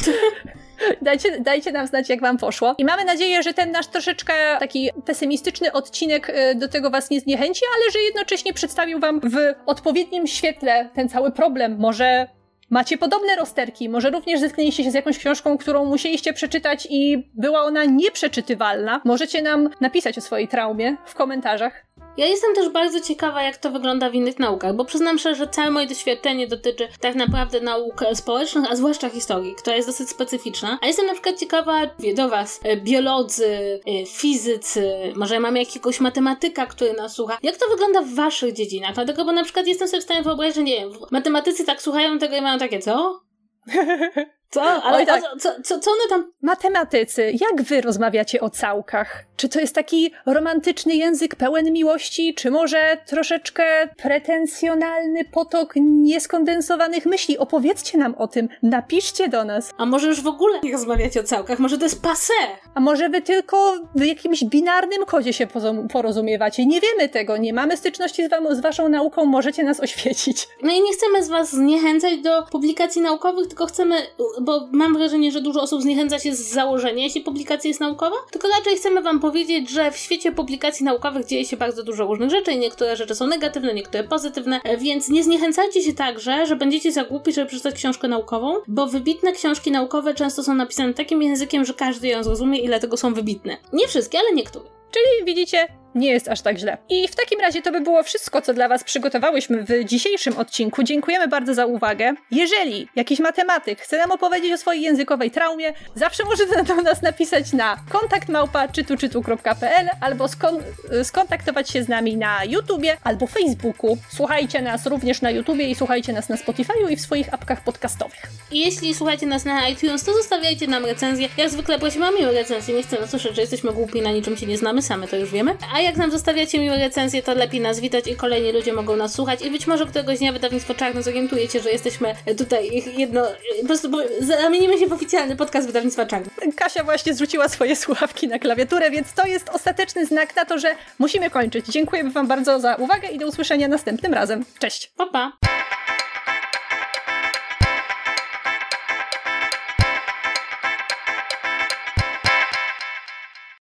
Dajcie nam znać, jak wam poszło. I mamy nadzieję, że ten nasz troszeczkę taki pesymistyczny odcinek do tego was nie zniechęci, ale że jednocześnie przedstawił wam w odpowiednim świetle ten cały problem. Może macie podobne rozterki, może również zetknęliście się z jakąś książką, którą musieliście przeczytać i była ona nieprzeczytywalna. Możecie nam napisać o swojej traumie w komentarzach. Ja jestem też bardzo ciekawa, jak to wygląda w innych naukach, bo przyznam szczerze, że całe moje doświadczenie dotyczy tak naprawdę nauk społecznych, a zwłaszcza historii, która jest dosyć specyficzna. A jestem na przykład ciekawa, do was, biolodzy, fizycy, może mamy jakiegoś matematyka, który nas słucha. Jak to wygląda w waszych dziedzinach? Dlatego, bo na przykład jestem sobie w stanie wyobrazić, że nie wiem, matematycy tak słuchają tego i mają takie, co? Co? Ale Oj, tak. co one tam... Matematycy, jak wy rozmawiacie o całkach? Czy to jest taki romantyczny język pełen miłości, czy może troszeczkę pretensjonalny potok nieskondensowanych myśli? Opowiedzcie nam o tym, napiszcie do nas. A może już w ogóle nie rozmawiacie o całkach? Może to jest passé? A może wy tylko w jakimś binarnym kodzie się porozumiewacie? Nie wiemy tego, nie mamy styczności z waszą nauką, możecie nas oświecić. No i nie chcemy z was zniechęcać do publikacji naukowych, tylko chcemy, bo mam wrażenie, że dużo osób zniechęca się z założenia, jeśli publikacja jest naukowa, tylko raczej chcemy wam powiedzieć, że w świecie publikacji naukowych dzieje się bardzo dużo różnych rzeczy i niektóre rzeczy są negatywne, niektóre pozytywne, więc nie zniechęcajcie się także, że będziecie za głupi, żeby przeczytać książkę naukową, bo wybitne książki naukowe często są napisane takim językiem, że każdy ją zrozumie i dlatego są wybitne. Nie wszystkie, ale niektóre. Czyli widzicie, nie jest aż tak źle. I w takim razie to by było wszystko, co dla was przygotowałyśmy w dzisiejszym odcinku. Dziękujemy bardzo za uwagę. Jeżeli jakiś matematyk chce nam opowiedzieć o swojej językowej traumie, zawsze możecie do nas napisać na kontakt@czytu.pl albo skontaktować się z nami na YouTubie albo Facebooku. Słuchajcie nas również na YouTubie i słuchajcie nas na Spotify'u i w swoich apkach podcastowych. I jeśli słuchacie nas na iTunes, to zostawiajcie nam recenzję. Jak zwykle prosimy o miłe recenzje. Nie chcemy słyszeć, że jesteśmy głupi i na niczym się nie znamy, same to już wiemy. A jak nam zostawiacie miłe recenzje, to lepiej nas witać i kolejni ludzie mogą nas słuchać i być może któregoś dnia wydawnictwo Czarne zorientuje się, że jesteśmy tutaj po prostu zamienimy się w oficjalny podcast wydawnictwa Czarne. Kasia właśnie zrzuciła swoje słuchawki na klawiaturę, więc to jest ostateczny znak na to, że musimy kończyć. Dziękujemy wam bardzo za uwagę i do usłyszenia następnym razem. Cześć! Pa, pa!